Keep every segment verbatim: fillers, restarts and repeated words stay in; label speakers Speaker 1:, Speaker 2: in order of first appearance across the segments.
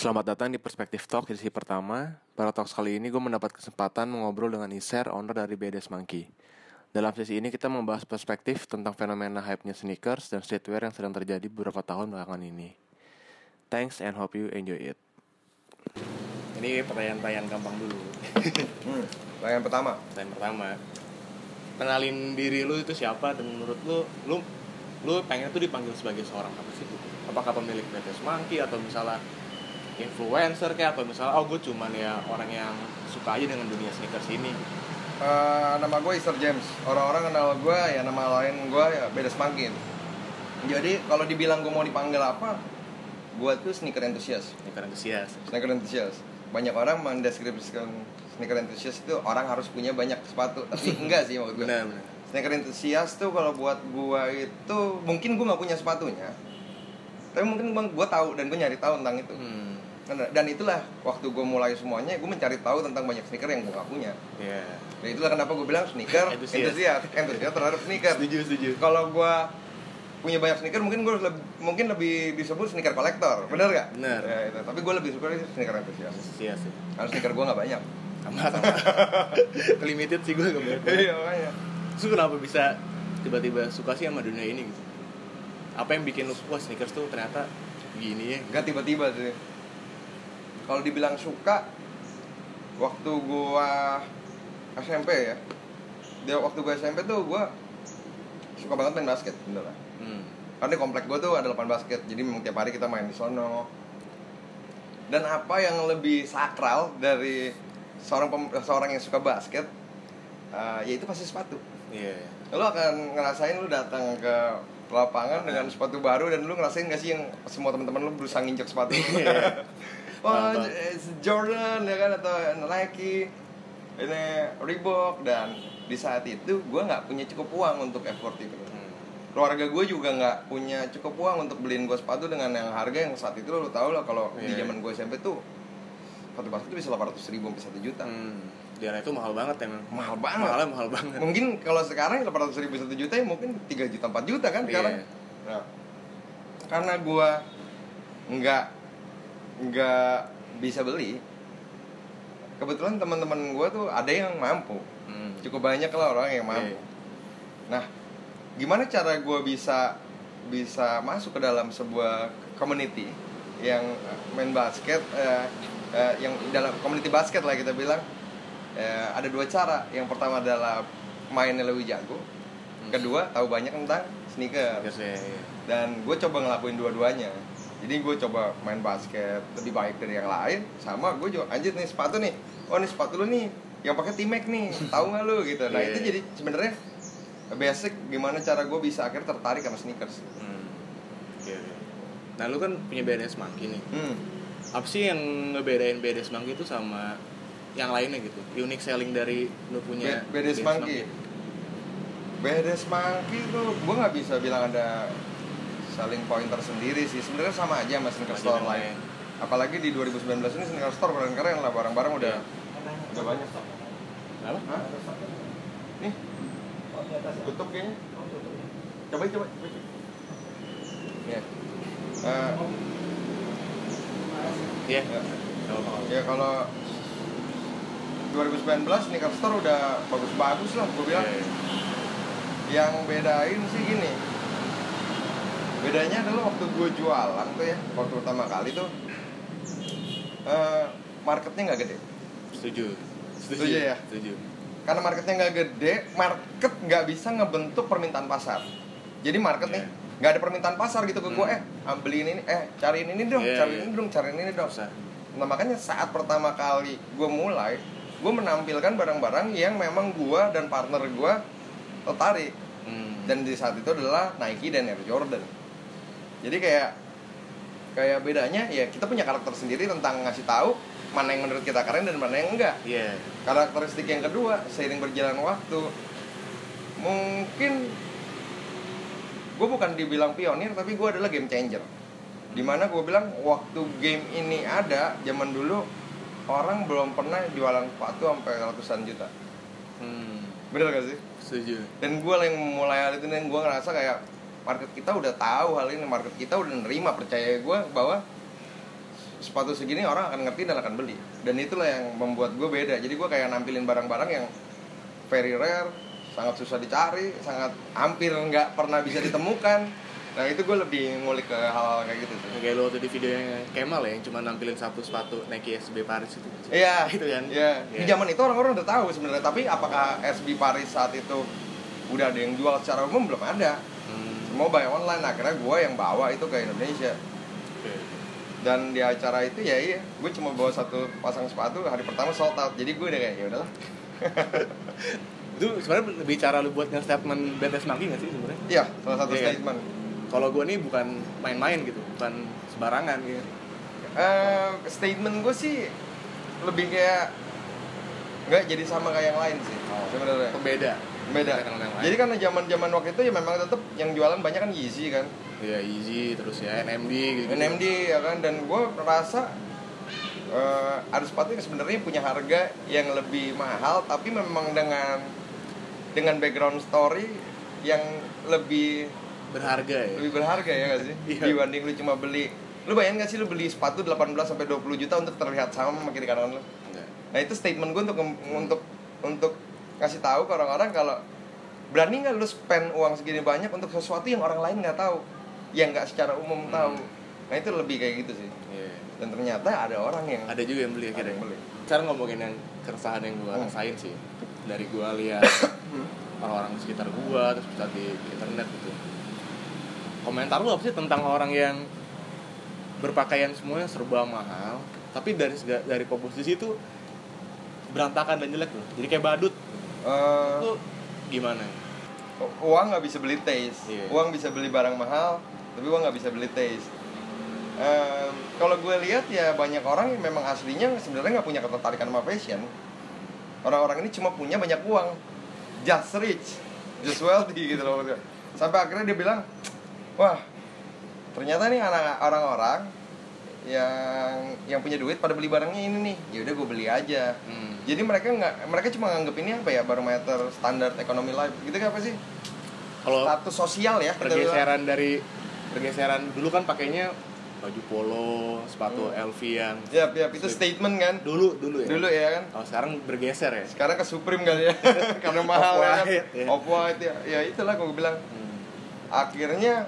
Speaker 1: Selamat datang di Perspektif Talk edisi pertama. Pada talks kali ini gue mendapat kesempatan mengobrol dengan Iser, owner dari B D S Monkey. Dalam sesi ini kita membahas perspektif tentang fenomena hype-nya sneakers dan streetwear yang sedang terjadi beberapa tahun belakangan ini. Thanks and hope you enjoy it. Ini pertanyaan-pertanyaan gampang dulu.
Speaker 2: Hmm, pertanyaan pertama.
Speaker 1: Pertanyaan pertama. Kenalin diri lu itu siapa dan menurut lu, lu lu pengen tuh dipanggil sebagai seorang apa sih? Apakah pemilik B D S Monkey atau misalnya influencer kayak, atau misalnya oh gue cuman ya orang yang suka aja dengan dunia sneakers ini.
Speaker 2: Uh, nama gue Iser James. Orang-orang kenal gue ya nama lain gue ya B D S Monkey. Jadi kalau dibilang gue mau dipanggil apa, gue tuh sneaker enthusiast.
Speaker 1: Sneaker enthusiast.
Speaker 2: Sneaker enthusiast. Banyak orang mendeskripsikan sneaker enthusiast itu orang harus punya banyak sepatu, tapi enggak sih maksud gue.
Speaker 1: Benar, benar.
Speaker 2: Sneaker enthusiast tuh kalau buat gue itu mungkin gue nggak punya sepatunya, tapi mungkin gue tahu dan gue nyari tahu tentang itu. Hmm. Dan itulah waktu gue mulai semuanya, gue mencari tahu tentang banyak sneaker yang gue gak punya.
Speaker 1: Iya. Yeah.
Speaker 2: Dan itulah kenapa gue bilang sneaker enthusiast, enthusiast terhadap sneaker.
Speaker 1: Setuju, setuju.
Speaker 2: Kalau gue punya banyak sneaker, mungkin gue lebih, mungkin lebih disebut sneaker kolektor, benar gak?
Speaker 1: Benar.
Speaker 2: Ya, itu. Tapi gue lebih suka sneaker enthusiast.
Speaker 1: Iya sih.
Speaker 2: Karena sneaker gue gak banyak.
Speaker 1: Sama, sama. Limited sih gue gak banyak.
Speaker 2: Iya makanya.
Speaker 1: Terus kenapa bisa tiba-tiba suka sih sama dunia ini gitu? Apa yang bikin lu wah sneakers tuh ternyata gini ya?
Speaker 2: Gak tiba-tiba sih. Kalau dibilang suka, waktu gua S M P ya, dia waktu gua S M P tuh gua suka banget main basket, beneran. Hmm. Karena di komplek gua tuh ada lapangan basket, jadi memang tiap hari kita main di sono. Dan apa yang lebih sakral dari seorang pem- seorang yang suka basket, uh, yaitu pasti sepatu.
Speaker 1: Iya. Yeah.
Speaker 2: Lo akan ngerasain lu datang ke lapangan dengan sepatu baru dan lu ngerasain gak sih yang semua teman-teman lu berusaha nginjek sepatu. Wah, oh, Jordan ya kan, atau Nike, ini Reebok. Dan di saat itu gue nggak punya cukup uang untuk effort itu. Hmm. Keluarga gue juga nggak punya cukup uang untuk beliin gue sepatu dengan yang harga yang saat itu lo tau lah kalau yeah. Di zaman gue S M P tuh sepatu basket itu bisa delapan ratus ribu sampai satu juta.
Speaker 1: Hmm. Di era itu mahal banget emang.
Speaker 2: Mahal banget.
Speaker 1: Mahalnya mahal banget.
Speaker 2: Mungkin kalau sekarang delapan ratus ribu satu juta ya mungkin tiga juta empat juta kan sekarang. Yeah. Nah, karena gue nggak nggak bisa beli, kebetulan teman-teman gue tuh ada yang mampu, hmm. cukup banyak lah orang yang mampu. Yeah. Nah, gimana cara gue bisa bisa masuk ke dalam sebuah community yang main basket, eh, eh, yang dalam community basket lah kita bilang, eh, ada dua cara. Yang pertama adalah mainnya lebih jago, hmm. kedua tahu banyak tentang sneakers. Yeah, yeah. Dan gue coba ngelakuin dua-duanya. Jadi gue coba main basket lebih baik dari yang lain, sama gue juga anjir nih sepatu nih, oh nih sepatu lu nih yang pakai T-Mac nih, tahu nggak lu gitu. Nah yeah. Itu jadi sebenarnya basic gimana cara gue bisa akhirnya tertarik sama sneakers. Hmm.
Speaker 1: Yeah, yeah. Nah lu kan punya B D S Monkey nih, hmm. apa sih yang ngebedain B D S Monkey itu sama yang lainnya gitu? Unique selling dari lu punya
Speaker 2: B D S Monkey. B D S Monkey tuh gue nggak bisa bilang ada selling point tersendiri sih, sebenarnya sama aja sama sneaker store lain. Apalagi di dua ribu sembilan belas ini sneaker store keren-keren lah, barang-barang udah yeah. udah banyak.
Speaker 1: Apa?
Speaker 2: Hah? Nih, tutup kayaknya. Coba coba. Ya.
Speaker 1: Iya.
Speaker 2: Ya kalau dua ribu sembilan belas sneaker store udah bagus-bagus lah, gue bilang. Yeah, yeah. Yang bedain sih gini. Bedanya adalah waktu gue jualan tuh ya, waktu pertama kali tuh uh, marketnya nggak gede.
Speaker 1: Setuju.
Speaker 2: Setuju. Setuju ya.
Speaker 1: Setuju. Karena
Speaker 2: marketnya nggak gede, market nggak bisa ngebentuk permintaan pasar. Jadi market yeah. nih nggak ada permintaan pasar gitu ke gue, hmm. eh ambilin ini, eh cariin ini dong, yeah, cariin yeah. ini dong, cariin ini dong. Usah. Nah makanya saat pertama kali gue mulai, gue menampilkan barang-barang yang memang gue dan partner gue tertarik. Hmm. Dan di saat itu adalah Nike dan Air Jordan. Jadi kayak kayak bedanya ya kita punya karakter sendiri tentang ngasih tahu mana yang menurut kita keren dan mana yang enggak.
Speaker 1: Yeah.
Speaker 2: Karakteristik yang kedua, seiring berjalan waktu, mungkin gue bukan dibilang pionir, tapi gue adalah game changer. Dimana gue bilang waktu game ini ada, zaman dulu orang belum pernah jualan sepatu sampai ratusan juta. Hmm. Bener gak sih?
Speaker 1: Setuju.
Speaker 2: Dan gue yang mulai hal itu, dan gue ngerasa kayak market kita udah tahu hal ini, market kita udah nerima, percaya gue bahwa sepatu segini orang akan ngerti dan akan beli. Dan itulah yang membuat gue beda. Jadi gue kayak nampilin barang-barang yang very rare, sangat susah dicari, sangat hampir nggak pernah bisa ditemukan. Nah itu gue lebih ngulik ke hal-hal kayak gitu tuh.
Speaker 1: Kayak lo waktu di videonya Kemal ya, yang cuma nampilin satu sepatu Nike S B Paris itu.
Speaker 2: Iya.
Speaker 1: Itu kan.
Speaker 2: Iya. Di zaman itu orang-orang udah tahu sebenarnya. Tapi apakah S B Paris saat itu udah ada yang jual secara umum? Belum ada. Hmm. Semua buy online. Akhirnya gue yang bawa itu ke Indonesia. Okay. Dan di acara itu ya iya, gue cuma bawa satu pasang sepatu. Hari pertama sold out. Jadi gue udah kayak ya udahlah.
Speaker 1: Itu sebenarnya bicara lu buat nge-statement B T S Monkey nggak sih sebenarnya?
Speaker 2: Iya, salah satu
Speaker 1: yeah.
Speaker 2: statement.
Speaker 1: Kalau gue nih bukan main-main gitu, bukan sembarangan gitu.
Speaker 2: Uh, statement gue sih lebih kayak nggak jadi sama kayak yang lain sih oh, sebenarnya.
Speaker 1: Pembeda.
Speaker 2: Beda. Jadi karena zaman-zaman waktu itu ya memang tetap yang jualan banyak kan Yeezy kan.
Speaker 1: Iya Yeezy terus ya N M D gitu.
Speaker 2: N M D ya kan, dan gue merasa uh, ada sepatu yang sebenarnya punya harga yang lebih mahal tapi memang dengan dengan background story yang lebih
Speaker 1: berharga ya.
Speaker 2: Lebih berharga ya nggak sih? Iya. Dibanding lu cuma beli. Lu bayangin nggak sih lu beli sepatu delapan belas sampai dua puluh juta untuk terlihat sama sama kiri kanan lu? Enggak. Nah, itu statement gue untuk untuk untuk ngasih tahu ke orang-orang kalau berani nggak lu spend uang segini banyak untuk sesuatu yang orang lain nggak tahu, yang nggak secara umum hmm. tahu. Nah, itu lebih kayak gitu sih. Yeah. Dan ternyata ada orang yang
Speaker 1: ada juga yang beli akhirnya.
Speaker 2: Beli.
Speaker 1: Sekarang ngomongin yang keresahan yang gue hmm. rasain sih. Dari gue lihat orang-orang di sekitar gue terus bisa di internet gitu. Komentar lu apa sih tentang orang yang berpakaian semuanya serba mahal, tapi dari dari komposisi itu berantakan dan jelek loh. Jadi kayak badut. Uh, itu gimana?
Speaker 2: Uang nggak bisa beli taste. Yeah. Uang bisa beli barang mahal, tapi uang nggak bisa beli taste. Uh, kalau gue lihat ya banyak orang yang memang aslinya sebenarnya nggak punya ketertarikan sama fashion. Orang-orang ini cuma punya banyak uang, just rich, just wealthy gitu loh. Sampai akhirnya dia bilang, wah, ternyata nih anak orang-orang yang yang punya duit pada beli barangnya ini nih. Ya udah gue beli aja. Hmm. Jadi mereka nggak, mereka cuma nganggep ini apa ya, barometer standar ekonomi life. Gitu kan apa sih?
Speaker 1: Kalau
Speaker 2: status sosial ya.
Speaker 1: Pergeseran dari pergeseran dulu kan pakainya baju polo, sepatu hmm. L V yang.
Speaker 2: Yap, yap, itu statement kan.
Speaker 1: Dulu, dulu ya.
Speaker 2: Dulu ya kan.
Speaker 1: Oh, sekarang bergeser ya.
Speaker 2: Sekarang ke Supreme kali ya. Karena mahal kan.
Speaker 1: Ya.
Speaker 2: Off-white ya. Ya itulah gue bilang. Hmm. Akhirnya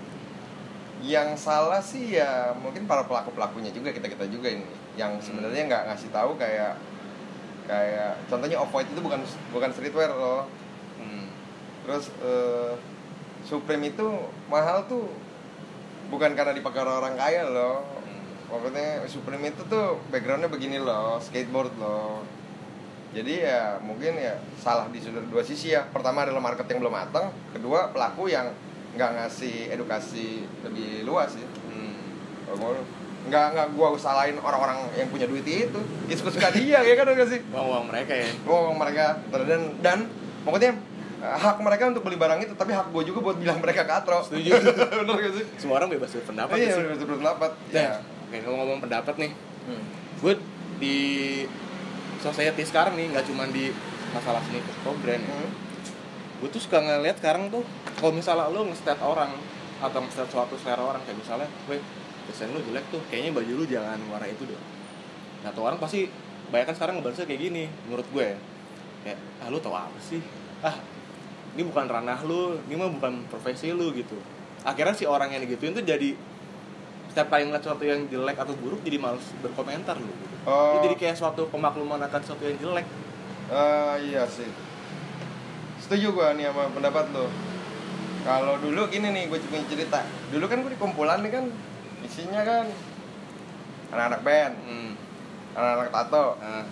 Speaker 2: yang salah sih ya mungkin para pelaku-pelakunya juga, kita-kita juga ini yang sebenarnya nggak ngasih tahu kayak kayak contohnya Off-White itu bukan bukan streetwear loh. Hmm. Terus uh, Supreme itu mahal tuh bukan karena dipakai orang kaya loh. Pokoknya Supreme itu tuh backgroundnya begini loh, skateboard loh. Jadi ya mungkin ya salah di sudut dua sisi ya. Pertama adalah market yang belum matang, kedua pelaku yang nggak ngasih edukasi lebih luas sih. Hmm. Nggak nggak gua salahin orang-orang yang punya duit itu, itu suka dia ya kan nggak sih?
Speaker 1: Uang mereka ya.
Speaker 2: Uang mereka dan dan pokoknya hak mereka untuk beli barang itu, tapi hak gua juga buat bilang mereka katro.
Speaker 1: Setuju.
Speaker 2: Bener gak sih?
Speaker 1: Semua orang bebas berpendapat.
Speaker 2: Iya, bebas berpendapat.
Speaker 1: Ya. Oke, kalau ngomong pendapat nih, hmm. gue di society sekarang nih nggak cuma di masalah sneakers atau brand ya. Hmm. Gue tuh suka ngeliat sekarang tuh kalau misalnya lo nge-stat orang atau nge-stat suatu selera orang, kayak misalnya, weh, desain lo jelek tuh, kayaknya baju lo jangan warna itu deh. Nah tuh orang pasti banyak kan sekarang ngebalasnya kayak gini, menurut gue ya, kayak, ah lo tau apa sih? Ah, ini bukan ranah lo, ini mah bukan profesi lo gitu. Akhirnya si orang yang digituin tuh jadi setiap kali ngeliat sesuatu yang jelek atau buruk jadi males berkomentar lo gitu. Oh. Jadi kayak suatu pemakluman akan sesuatu yang jelek.
Speaker 2: Uh, iya sih. Setuju gue nih sama pendapat lo. Kalau dulu gini nih, gue punya cerita. Dulu kan gue di kumpulan nih kan, isinya kan anak-anak band, hmm. anak-anak tato. Hmm.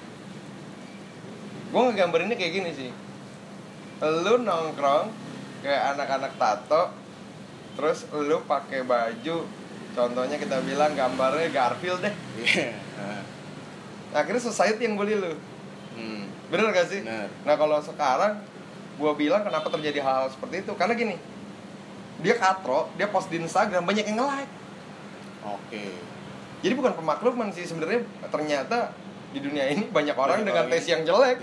Speaker 2: Gue ngegambarinnya kayak gini sih. Lu nongkrong kayak anak-anak tato, terus lu pakai baju, contohnya kita bilang gambarnya Garfield deh.
Speaker 1: Yeah. Uh.
Speaker 2: Akhirnya society yang beli lu. Hmm. Bener gak sih?
Speaker 1: Bener.
Speaker 2: Nah kalau sekarang gue bilang kenapa terjadi hal seperti itu, karena gini, dia katro, dia post di Instagram, banyak yang nge-like.
Speaker 1: Oke.
Speaker 2: Jadi bukan pemakluman sih sebenarnya, ternyata di dunia ini banyak orang banyak dengan tes yang jelek.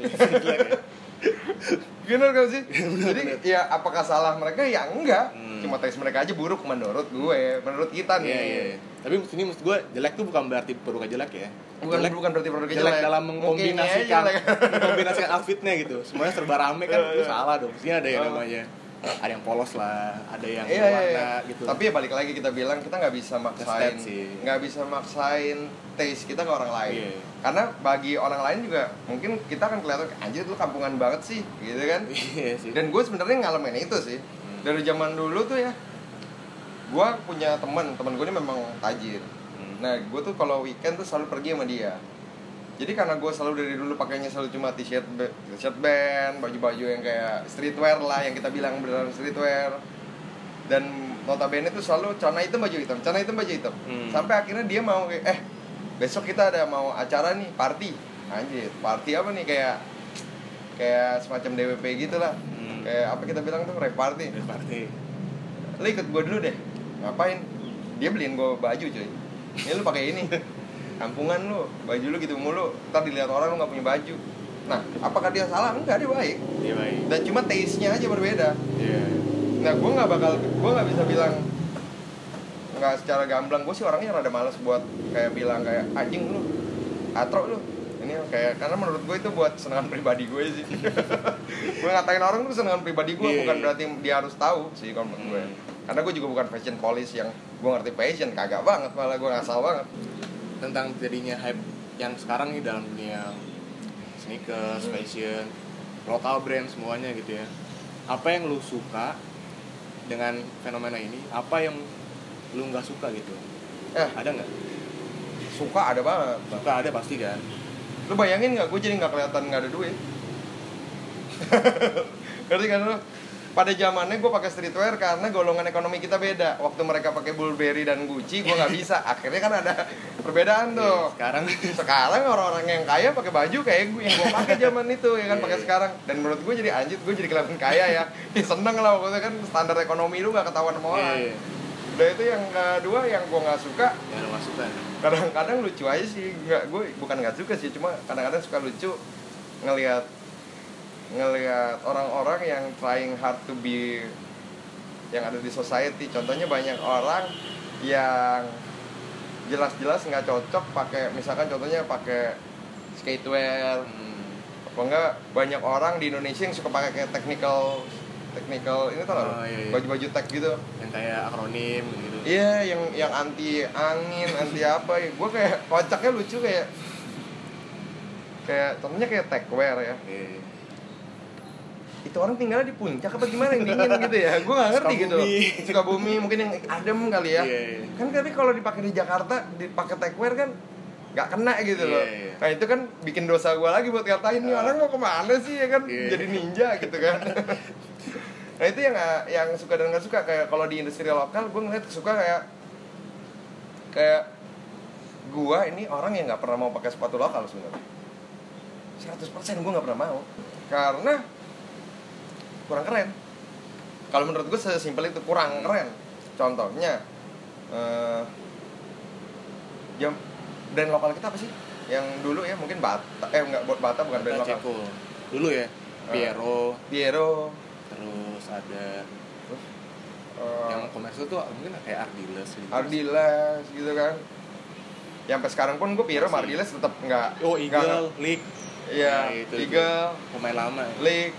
Speaker 2: Bener gak sih? Jadi ya apakah salah mereka? Ya enggak. Hmm. Cuma tes mereka aja buruk menurut gue, menurut kita nih.
Speaker 1: Yeah, yeah. Tapi ini maksud gue jelek tuh bukan berarti produknya jelek ya.
Speaker 2: Bukan
Speaker 1: jelek,
Speaker 2: bukan berarti produknya
Speaker 1: jelek
Speaker 2: jelek
Speaker 1: dalam mengkombinasikan
Speaker 2: jelek.
Speaker 1: mengkombinasikan outfitnya gitu. Semuanya serba rame kan itu salah dong. Mestinya ada yang namanya ada yang polos lah, ada yang
Speaker 2: iya,
Speaker 1: berwarna
Speaker 2: iya.
Speaker 1: gitu.
Speaker 2: Tapi ya balik lagi kita bilang kita nggak bisa maksain, nggak bisa maksain taste kita ke orang lain. Yeah. Karena bagi orang lain juga mungkin kita akan kelihatan anjir lu kampungan banget sih, gitu kan?
Speaker 1: Iya sih.
Speaker 2: Dan gue sebenarnya ngalamin itu sih. Hmm. Dari zaman dulu tuh ya, gue punya teman, teman gue ini memang tajir. Hmm. Nah, gue tuh kalau weekend tuh selalu pergi sama dia. Jadi karena gue selalu dari dulu pakainya selalu cuma t-shirt, t-shirt band, baju-baju yang kayak streetwear lah, yang kita bilang beneran streetwear. Dan notabene itu selalu celana hitam baju hitam, celana hitam baju hitam. Hmm. Sampai akhirnya dia mau eh besok kita ada mau acara nih, party. Anjir, party apa nih kayak kayak semacam D W P gitu lah. Hmm. Kayak apa kita bilang tuh rave party.
Speaker 1: Rave party.
Speaker 2: Lu ikut gue dulu deh. Ngapain? Dia beliin gue baju cuy. Ini lu pakai ini. Kampungan lu, baju lu gitu mulu, ntar dilihat orang lu nggak punya baju. Nah, apakah dia salah? Enggak, dia baik.
Speaker 1: Dia baik.
Speaker 2: Dan cuma taste-nya aja berbeda.
Speaker 1: Iya. Yeah.
Speaker 2: Nah, gue nggak bakal, gue nggak bisa bilang nggak secara gamblang. Gue sih orangnya rada malas buat kayak bilang kayak anjing lu, atro lu. Ini kayak karena menurut gue itu buat senangan pribadi gue sih. Gue ngatain orang tuh senangan pribadi gue, yeah, bukan berarti dia harus tahu sih kalau menurut gue. Karena gue juga bukan fashion police yang gue ngerti fashion, kagak banget, malah gue ngasal banget.
Speaker 1: Tentang jadinya hype yang sekarang nih dalam dunia sneakers, fashion, lokal brand semuanya gitu ya. Apa yang lu suka dengan fenomena ini? Apa yang lu nggak suka gitu?
Speaker 2: Eh,
Speaker 1: ada nggak?
Speaker 2: Suka ada banget.
Speaker 1: Suka ada pasti kan.
Speaker 2: Lu bayangin nggak? Gue jadi nggak kelihatan nggak ada duit. Ngerti kan lu? Pada zamannya gue pakai streetwear karena golongan ekonomi kita beda. Waktu mereka pakai Burberry dan Gucci, gue nggak bisa. Akhirnya kan ada perbedaan tuh.
Speaker 1: Sekarang,
Speaker 2: sekarang orang-orang yang kaya pakai baju kayak gue yang gue pakai zaman itu ya kan, pakai sekarang. Dan menurut gue jadi anjir, gue jadi kelihatan kaya ya. Ya seneng lah waktu kan standar ekonomi lu nggak ketahuan sama orang. Udah itu yang kedua yang gue nggak suka.
Speaker 1: Yang nggak suka.
Speaker 2: Kadang-kadang lucu aja sih, nggak gue bukan nggak suka sih, cuma kadang-kadang suka lucu ngelihat ngelihat orang-orang yang trying hard to be yang ada di society. Contohnya banyak orang yang jelas-jelas nggak cocok pakai, misalkan contohnya pakai skatewear, hmm. apa enggak banyak orang di Indonesia yang suka pakai kayak technical technical ini tau
Speaker 1: oh, iya, iya.
Speaker 2: baju-baju tech gitu
Speaker 1: yang kayak akronim gitu.
Speaker 2: Iya, yang yang anti angin, anti apa ya. Gue kayak kocaknya lucu kayak kayak contohnya kayak techwear ya. Yeah. Itu orang tinggalnya di puncak apa gimana yang dingin gitu ya, gue nggak ngerti gitu. Sukabumi mungkin yang adem kali ya. Yeah, yeah. Kan tapi kalau dipakai di Jakarta dipakai techwear kan nggak kena gitu loh. Yeah, yeah. Nah itu kan bikin dosa gue lagi buat ngatain nih orang mau kemana sih ya kan, yeah. Jadi ninja gitu kan. Nah itu yang yang suka dan nggak suka. Kayak kalau di industri lokal gue ngeliat suka kayak kayak gue ini orang yang nggak pernah mau pakai sepatu lokal sebenarnya. seratus persen gue nggak pernah mau karena kurang keren. Kalau menurut gue sesimpel itu, kurang keren. Contohnya uh, jam brand lokal kita apa sih? Yang dulu ya mungkin Bata, eh enggak Bata bukan brand lokal.
Speaker 1: Ceko. Dulu ya. Piero.
Speaker 2: Uh, Piero.
Speaker 1: Terus ada
Speaker 2: terus, uh,
Speaker 1: yang komersial tuh mungkin kayak Ardiles gitu.
Speaker 2: Ardiles gitu kan. Ya sampai sekarang pun gue Piero sama Ardiles tetap enggak.
Speaker 1: Oh, Eagle, League.
Speaker 2: Iya, nah, Eagle,
Speaker 1: pemain lama.
Speaker 2: League.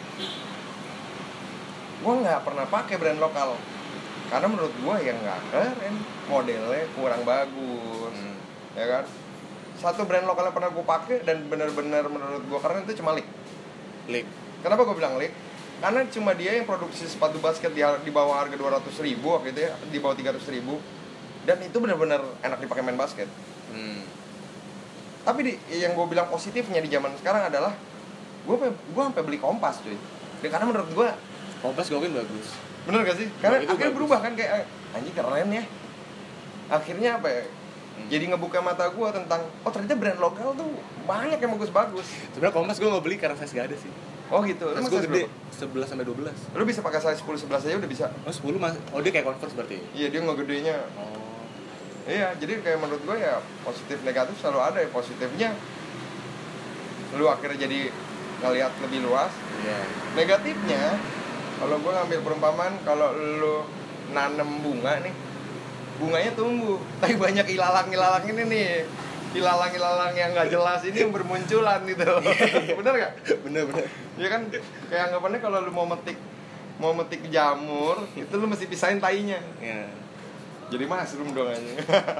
Speaker 2: Gue nggak pernah pakai brand lokal karena menurut gue yang nggak keren, modelnya kurang bagus, hmm. ya kan. Satu brand lokal yang pernah gue pakai dan benar-benar menurut gue keren itu cuma League.
Speaker 1: League.
Speaker 2: Kenapa gue bilang League? Karena cuma dia yang produksi sepatu basket di, di bawah harga dua ratus ribu waktu itu ya, di bawah tiga ratus ribu, dan itu benar-benar enak dipakai main basket. Hmm. Tapi di, yang gue bilang positifnya di zaman sekarang adalah gue gue sampai beli Kompas cuy. Dan karena menurut gue
Speaker 1: Kompas gue bagus.
Speaker 2: Bener gak sih? Karena
Speaker 1: nah,
Speaker 2: akhirnya bagus. Berubah kan kayak anjing keren ya. Akhirnya apa ya? Hmm. Jadi ngebuka mata gue tentang oh ternyata brand lokal tuh banyak yang bagus-bagus.
Speaker 1: Sebenarnya Kompas gue nggak beli karena size gak ada sih.
Speaker 2: Oh gitu.
Speaker 1: Size gue gede sebelas sampai dua belas.
Speaker 2: Lu bisa pakai size sepuluh sebelas aja udah bisa.
Speaker 1: Oh sepuluh mas. Oh dia kayak Converse berarti.
Speaker 2: Iya dia nggak gedenya. Oh. Iya, jadi kayak menurut gue ya positif negatif selalu ada ya. Positifnya lu akhirnya jadi ngelihat lebih luas. Iya. Yeah. Negatifnya kalau gue ngambil perumpamaan, kalau lu nanem bunga nih, bunganya tumbuh, tapi banyak ilalang-ilalang ini nih, ilalang-ilalang yang nggak jelas ini yang bermunculan gitu. Bener nggak?
Speaker 1: Bener-bener.
Speaker 2: Ya kan, kayak anggapannya kalau lu mau metik mau metik jamur, itu lu mesti pisahin tainya.
Speaker 1: Iya.
Speaker 2: Jadi mushroom dong aja.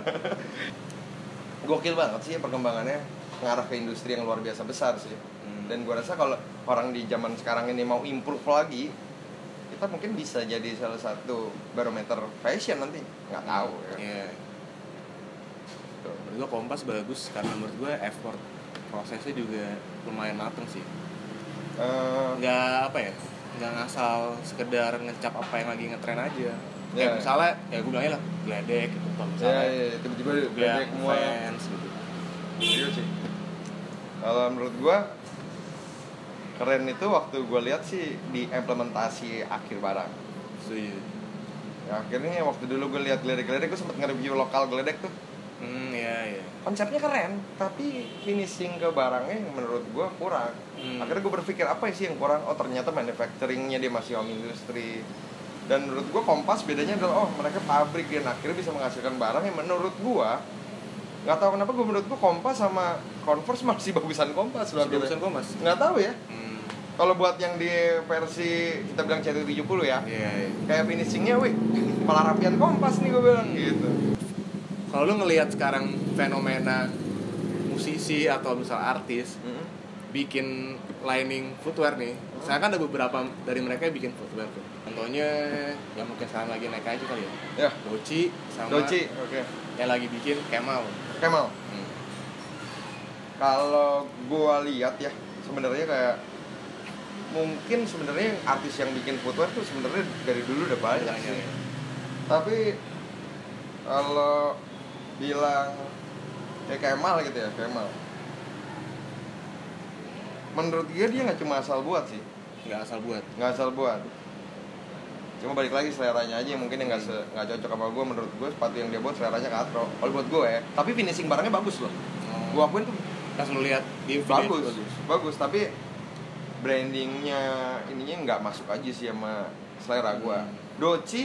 Speaker 2: Gokil banget sih perkembangannya, ngarah ke industri yang luar biasa besar sih. Hmm. Dan gua rasa kalau orang di zaman sekarang ini mau improve lagi, kita mungkin bisa jadi salah satu barometer fashion nanti, nggak tahu ya.
Speaker 1: Iya. Menurut gue Kompas bagus karena menurut gue effort prosesnya juga lumayan mateng sih.
Speaker 2: Uh,
Speaker 1: nggak apa ya, nggak ngasal sekedar ngecap apa yang lagi ngetren aja. Kayak
Speaker 2: yeah.
Speaker 1: misalnya, ya gue bilangnya lah geledek gitu, atau misalnya
Speaker 2: yeah, yeah, tiba-tiba geledek semua
Speaker 1: fans gitu.
Speaker 2: Iya sih. Kalau menurut gue keren itu waktu gue lihat sih di implementasi akhir barang.
Speaker 1: Setuju.
Speaker 2: Ya, akhirnya waktu dulu gue lihat geledek-geledek, gue sempet nge-review lokal geledek tuh.
Speaker 1: Hmm, iya, iya.
Speaker 2: Konsepnya keren, tapi finishing ke barangnya menurut gue kurang. Hmm. Akhirnya gue berpikir apa sih yang kurang? Oh ternyata manufacturingnya dia masih home industry. Dan menurut gue Kompas bedanya adalah oh mereka pabrik dan akhirnya bisa menghasilkan barang yang menurut gue nggak tahu kenapa gue menurut gue Kompas sama Converse masih bagusan Kompas.
Speaker 1: Masih bagusan Kompas?
Speaker 2: Nggak tahu ya.
Speaker 1: Hmm.
Speaker 2: Kalau buat yang di versi kita bilang C T tujuh puluh ya,
Speaker 1: yeah, yeah.
Speaker 2: kayak finishingnya, wih malah rapian Kompas nih gue bilang gitu.
Speaker 1: Kalau lu ngelihat sekarang fenomena musisi atau misal artis mm-hmm. bikin lining footwear nih, mm-hmm. saya kan ada beberapa dari mereka yang bikin footwear tuh. Contohnya yang mungkin sekarang lagi naik aja kali ya.
Speaker 2: Ya.
Speaker 1: Doci sama
Speaker 2: Doci, oke. Okay.
Speaker 1: Yang lagi bikin Kemal.
Speaker 2: Kemal.
Speaker 1: Hmm.
Speaker 2: Kalau gua lihat ya, sebenarnya kayak mungkin sebenarnya artis yang bikin footwear tuh sebenarnya dari dulu udah banyak Banyak, sih. Ya. Tapi kalau bilang kayak Kemal gitu ya, Kemal. Menurut dia dia nggak cuma asal buat sih.
Speaker 1: Nggak asal buat.
Speaker 2: Nggak asal buat. Cuma balik lagi seleranya aja mungkin yang nggak hmm. nggak cocok sama gue. Menurut gue sepatu yang dia buat seleranya katro. Kalau buat gue ya. Tapi finishing barangnya bagus loh. Oh. Gue akuin tuh.
Speaker 1: Pas lu lihat di video
Speaker 2: bagus,
Speaker 1: bagus.
Speaker 2: Bagus. Tapi brandingnya ininya nggak masuk aja sih sama selera gue. Hmm. Doci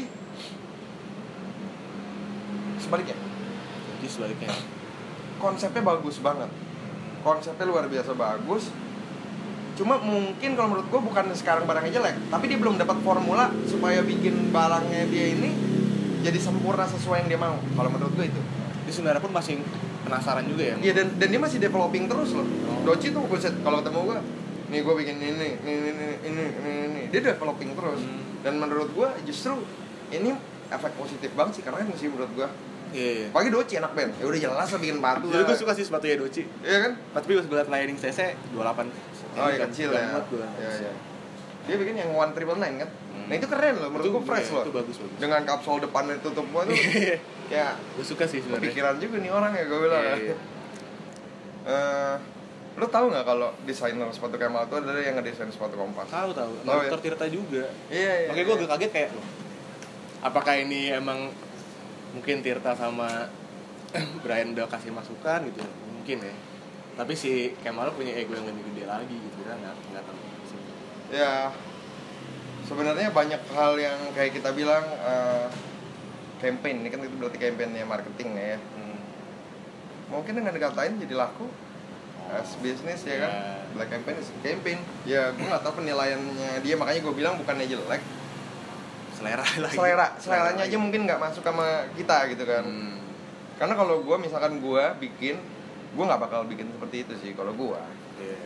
Speaker 2: sebaliknya.
Speaker 1: Doci sebaliknya.
Speaker 2: Konsepnya bagus banget. Konsepnya luar biasa bagus. Cuma mungkin kalau menurut gue bukan sekarang barangnya jelek, tapi dia belum dapat formula supaya bikin barangnya dia ini jadi sempurna sesuai yang dia mau. Kalau menurut gue itu.
Speaker 1: Dia sebenarnya pun masih penasaran juga ya.
Speaker 2: Iya dan dan dia masih developing terus loh. Oh. Doci tuh buset kalau ketemu gue, nih gue bikin ini, ini, ini, ini, ini, ini, ini. Dia developing terus. Hmm. Dan menurut gue justru ini efek positif banget sih karena kan masih menurut gue.
Speaker 1: Iya. Yeah.
Speaker 2: Pagi Doci enak Ben. Ya udah jelas lah bikin batu.
Speaker 1: Jadi gue suka sih sepatunya Doci.
Speaker 2: Iya kan?
Speaker 1: Tapi gue liat lining C C dua puluh delapan.
Speaker 2: Oh iya kecil ya. Iya iya. Dia bikin yang one triple nine kan. Hmm. Nah itu keren loh, menurut gue fresh
Speaker 1: ya,
Speaker 2: loh.
Speaker 1: Itu bagus bagus.
Speaker 2: Dengan kapsul depannya tutup semua tuh. Ya.
Speaker 1: Gue suka sih sebenarnya.
Speaker 2: Pikiran juga nih orang ya gue bilang. Iya, iya. uh, Lo tau nggak kalau desainer sepatu Kemal itu adalah yang ngedesain sepatu Kompas?
Speaker 1: Tahu tahu.
Speaker 2: Oh,
Speaker 1: Dokter ya? Tirta juga.
Speaker 2: Iya iya.
Speaker 1: Makanya gue agak kaget kayak loh. Apakah ini emang mungkin Tirta sama Brian udah kasih masukan gitu mungkin ya. Tapi si Kemal punya ego yang lebih gede lagi gitu kan, nggak nggak tahu sih.
Speaker 2: Ya sebenarnya banyak hal yang kayak kita bilang uh, campaign ini kan itu berarti campaignnya marketing ya. Hmm. Mungkin dengan dikatain jadi laku as business ya kan. Yeah. Black campaign is campaign. Ya gue nggak tahu penilaiannya dia, makanya gue bilang bukannya jelek.
Speaker 1: Selera lagi.
Speaker 2: Selera, seleranya aja mungkin nggak masuk sama kita gitu kan. Hmm. Karena kalau gue misalkan gue bikin, gue nggak bakal bikin seperti itu sih kalau gue.
Speaker 1: Yeah.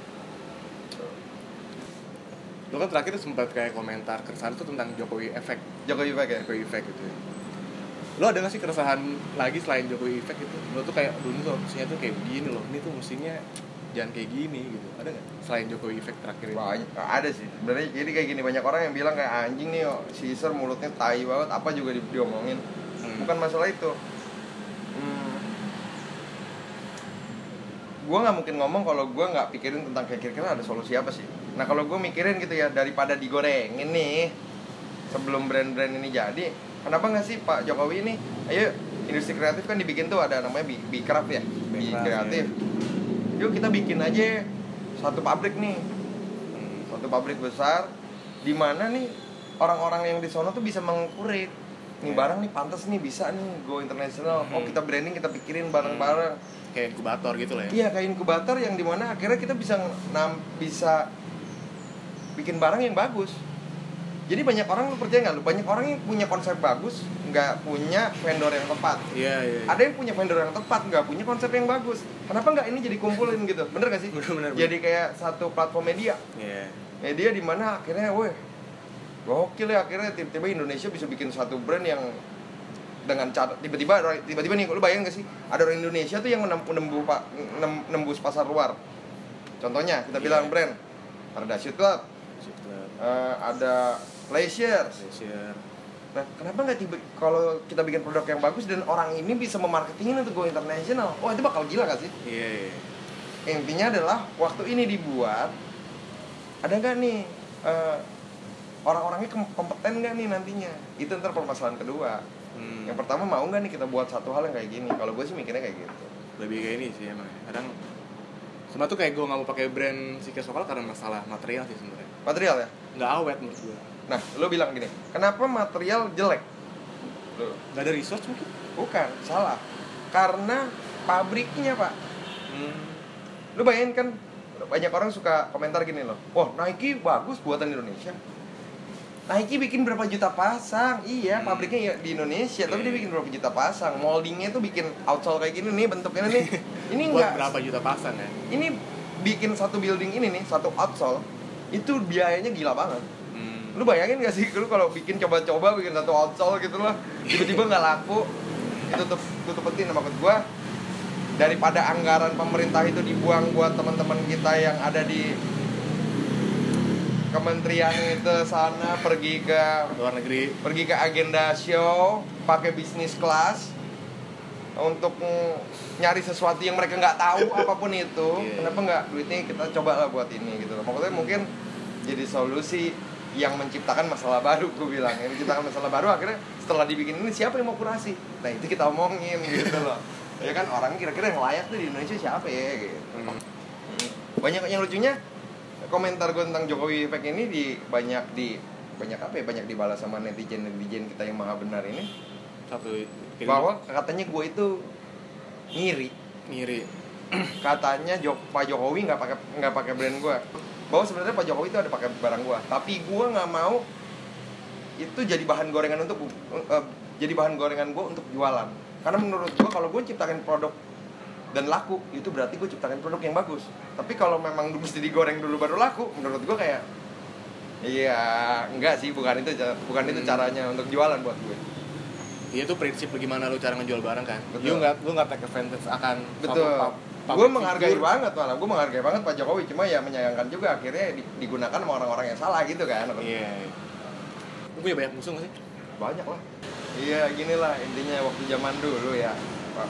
Speaker 1: Lo kan terakhir sempat kayak komentar keresahan tuh tentang Jokowi Effect.
Speaker 2: Jokowi Effect ya?
Speaker 1: Jokowi Effect gitu ya. Lo ada gak sih keresahan lagi selain Jokowi Effect itu? Lo tuh kayak dulu tuh mestinya tuh kayak begini loh, ini tuh mestinya jangan kayak gini gitu. Ada gak selain Jokowi Effect terakhir itu?
Speaker 2: Banyak, ada sih. Sebenarnya jadi kayak gini, banyak orang yang bilang kayak anjing nih oh, si Iser mulutnya tai banget, apa juga di- diomongin. Hmm. Bukan masalah itu. Hmm. Gue nggak mungkin ngomong kalau gue nggak pikirin tentang kayak kira-kira ada solusi apa sih. Nah kalau gue mikirin gitu ya, daripada digorengin nih sebelum brand-brand ini jadi, kenapa nggak sih Pak Jokowi ini, ayo industri kreatif kan dibikin tuh ada namanya Bicraft ya, Bi kreatif. Yuk kita bikin aja satu pabrik nih, satu pabrik besar, di mana nih orang-orang yang di sono tuh bisa mengkurik nih
Speaker 1: yeah.
Speaker 2: barang nih pantas nih bisa nih go internasional.
Speaker 1: Hmm.
Speaker 2: Oh kita branding kita pikirin bareng-bareng.
Speaker 1: Kayak inkubator gitu lah ya.
Speaker 2: Iya kayak inkubator yang dimana akhirnya kita bisa nam bisa bikin barang yang bagus. Jadi banyak orang, lu percaya nggak lu, banyak orang yang punya konsep bagus nggak punya vendor yang tepat.
Speaker 1: Iya, iya, iya.
Speaker 2: Ada yang punya vendor yang tepat nggak punya konsep yang bagus. Kenapa nggak ini jadi kumpulin gitu, bener gak sih?
Speaker 1: Bener, bener,
Speaker 2: Jadi kayak satu platform media.
Speaker 1: Iya.
Speaker 2: Media di mana akhirnya, weh, gokil ya, akhirnya tiba-tiba Indonesia bisa bikin satu brand yang dengan cara tiba-tiba tiba-tiba nih, lu bayangin gak sih ada orang Indonesia tuh yang menempuh nembus, nembus pasar luar. Contohnya kita
Speaker 1: Yeah.
Speaker 2: bilang brand Parachute Club, uh, ada Glacier.
Speaker 1: Glacier.
Speaker 2: Nah, kenapa nggak tiba kalau kita bikin produk yang bagus dan orang ini bisa memarketingin untuk go internasional? Oh, itu bakal gila gak sih?
Speaker 1: Iya. Yeah.
Speaker 2: Intinya adalah waktu ini dibuat, ada nggak nih uh, orang-orangnya kompeten nggak nih nantinya? Itu ntar permasalahan kedua. Hmm. Yang pertama, mau nggak nih kita buat satu hal yang kayak gini? Kalau gue sih mikirnya kayak gitu.
Speaker 1: Lebih kayak ini sih emang. Kadang sama tuh kayak gue nggak mau pakai brand Sikes Lokal karena masalah material sih sebenarnya.
Speaker 2: Material ya?
Speaker 1: Nggak awet menurut gue.
Speaker 2: Nah, lo bilang gini, kenapa material jelek? Lo.
Speaker 1: Nggak ada research mungkin?
Speaker 2: Bukan, salah. Karena pabriknya, Pak.
Speaker 1: Hmm.
Speaker 2: Lo bayangin kan, banyak orang suka komentar gini loh, wah Nike bagus buatan Indonesia. Nike bikin berapa juta pasang, iya hmm. pabriknya ya di Indonesia, tapi dia bikin berapa juta pasang. Moldingnya tuh bikin outsole kayak gini nih bentuknya nih. Ini
Speaker 1: buat
Speaker 2: enggak
Speaker 1: berapa juta pasang ya?
Speaker 2: Ini bikin satu building ini nih, satu outsole, itu biayanya gila banget. Hmm. Lu bayangin gak sih, lu kalau bikin coba-coba bikin satu outsole gitu lah, tiba-tiba nggak laku, itu tuh tutupetin sama maksud gua. Daripada anggaran pemerintah itu dibuang buat teman-teman kita yang ada di kementerian itu sana, pergi ke
Speaker 1: luar negeri,
Speaker 2: pergi ke agenda show, pakai bisnis kelas untuk nyari sesuatu yang mereka nggak tahu apapun itu. Yeah. Kenapa nggak duitnya kita coba lah buat ini gitu loh. Maksudnya mungkin jadi solusi yang menciptakan masalah baru, gue bilang yang menciptakan masalah baru. Akhirnya setelah dibikin ini siapa yang mau kurasi? Nah itu kita omongin gitu loh. Ya kan orang kira-kira yang layak tuh di Indonesia siapa ya gitu. Hmm. Banyak yang lucunya komentar gue tentang Jokowi Efek ini di banyak di banyak apa ya banyak dibalas sama netizen netizen kita yang maha benar ini.
Speaker 1: Satu
Speaker 2: bahwa katanya gue itu ngiri
Speaker 1: ngiri
Speaker 2: katanya Jok, Pak Jokowi nggak pakai nggak pakai brand gue, bahwa sebenarnya Pak Jokowi itu ada pakai barang gue, tapi gue nggak mau itu jadi bahan gorengan untuk uh, jadi bahan gorengan gue untuk jualan. Karena menurut gue kalau gue ciptakan produk dan laku, itu berarti gue ciptakan produk yang bagus. Tapi kalau memang mesti digoreng dulu baru laku, menurut gue kayak iya enggak sih, bukan itu bukan itu caranya untuk jualan buat gue.
Speaker 1: Iya, itu prinsip bagaimana lu cara ngejual barang kan.
Speaker 2: Betul.
Speaker 1: Lu nggak lu nggak take advantage akan
Speaker 2: betul. Gue menghargai banget malah, gue menghargai banget Pak Jokowi, cuma ya menyayangkan juga akhirnya digunakan sama orang-orang yang salah gitu kan.
Speaker 1: Iya. Lu punya banyak musuh nggak sih?
Speaker 2: Banyak lah. Iya, gini lah intinya waktu zaman dulu ya, Pak.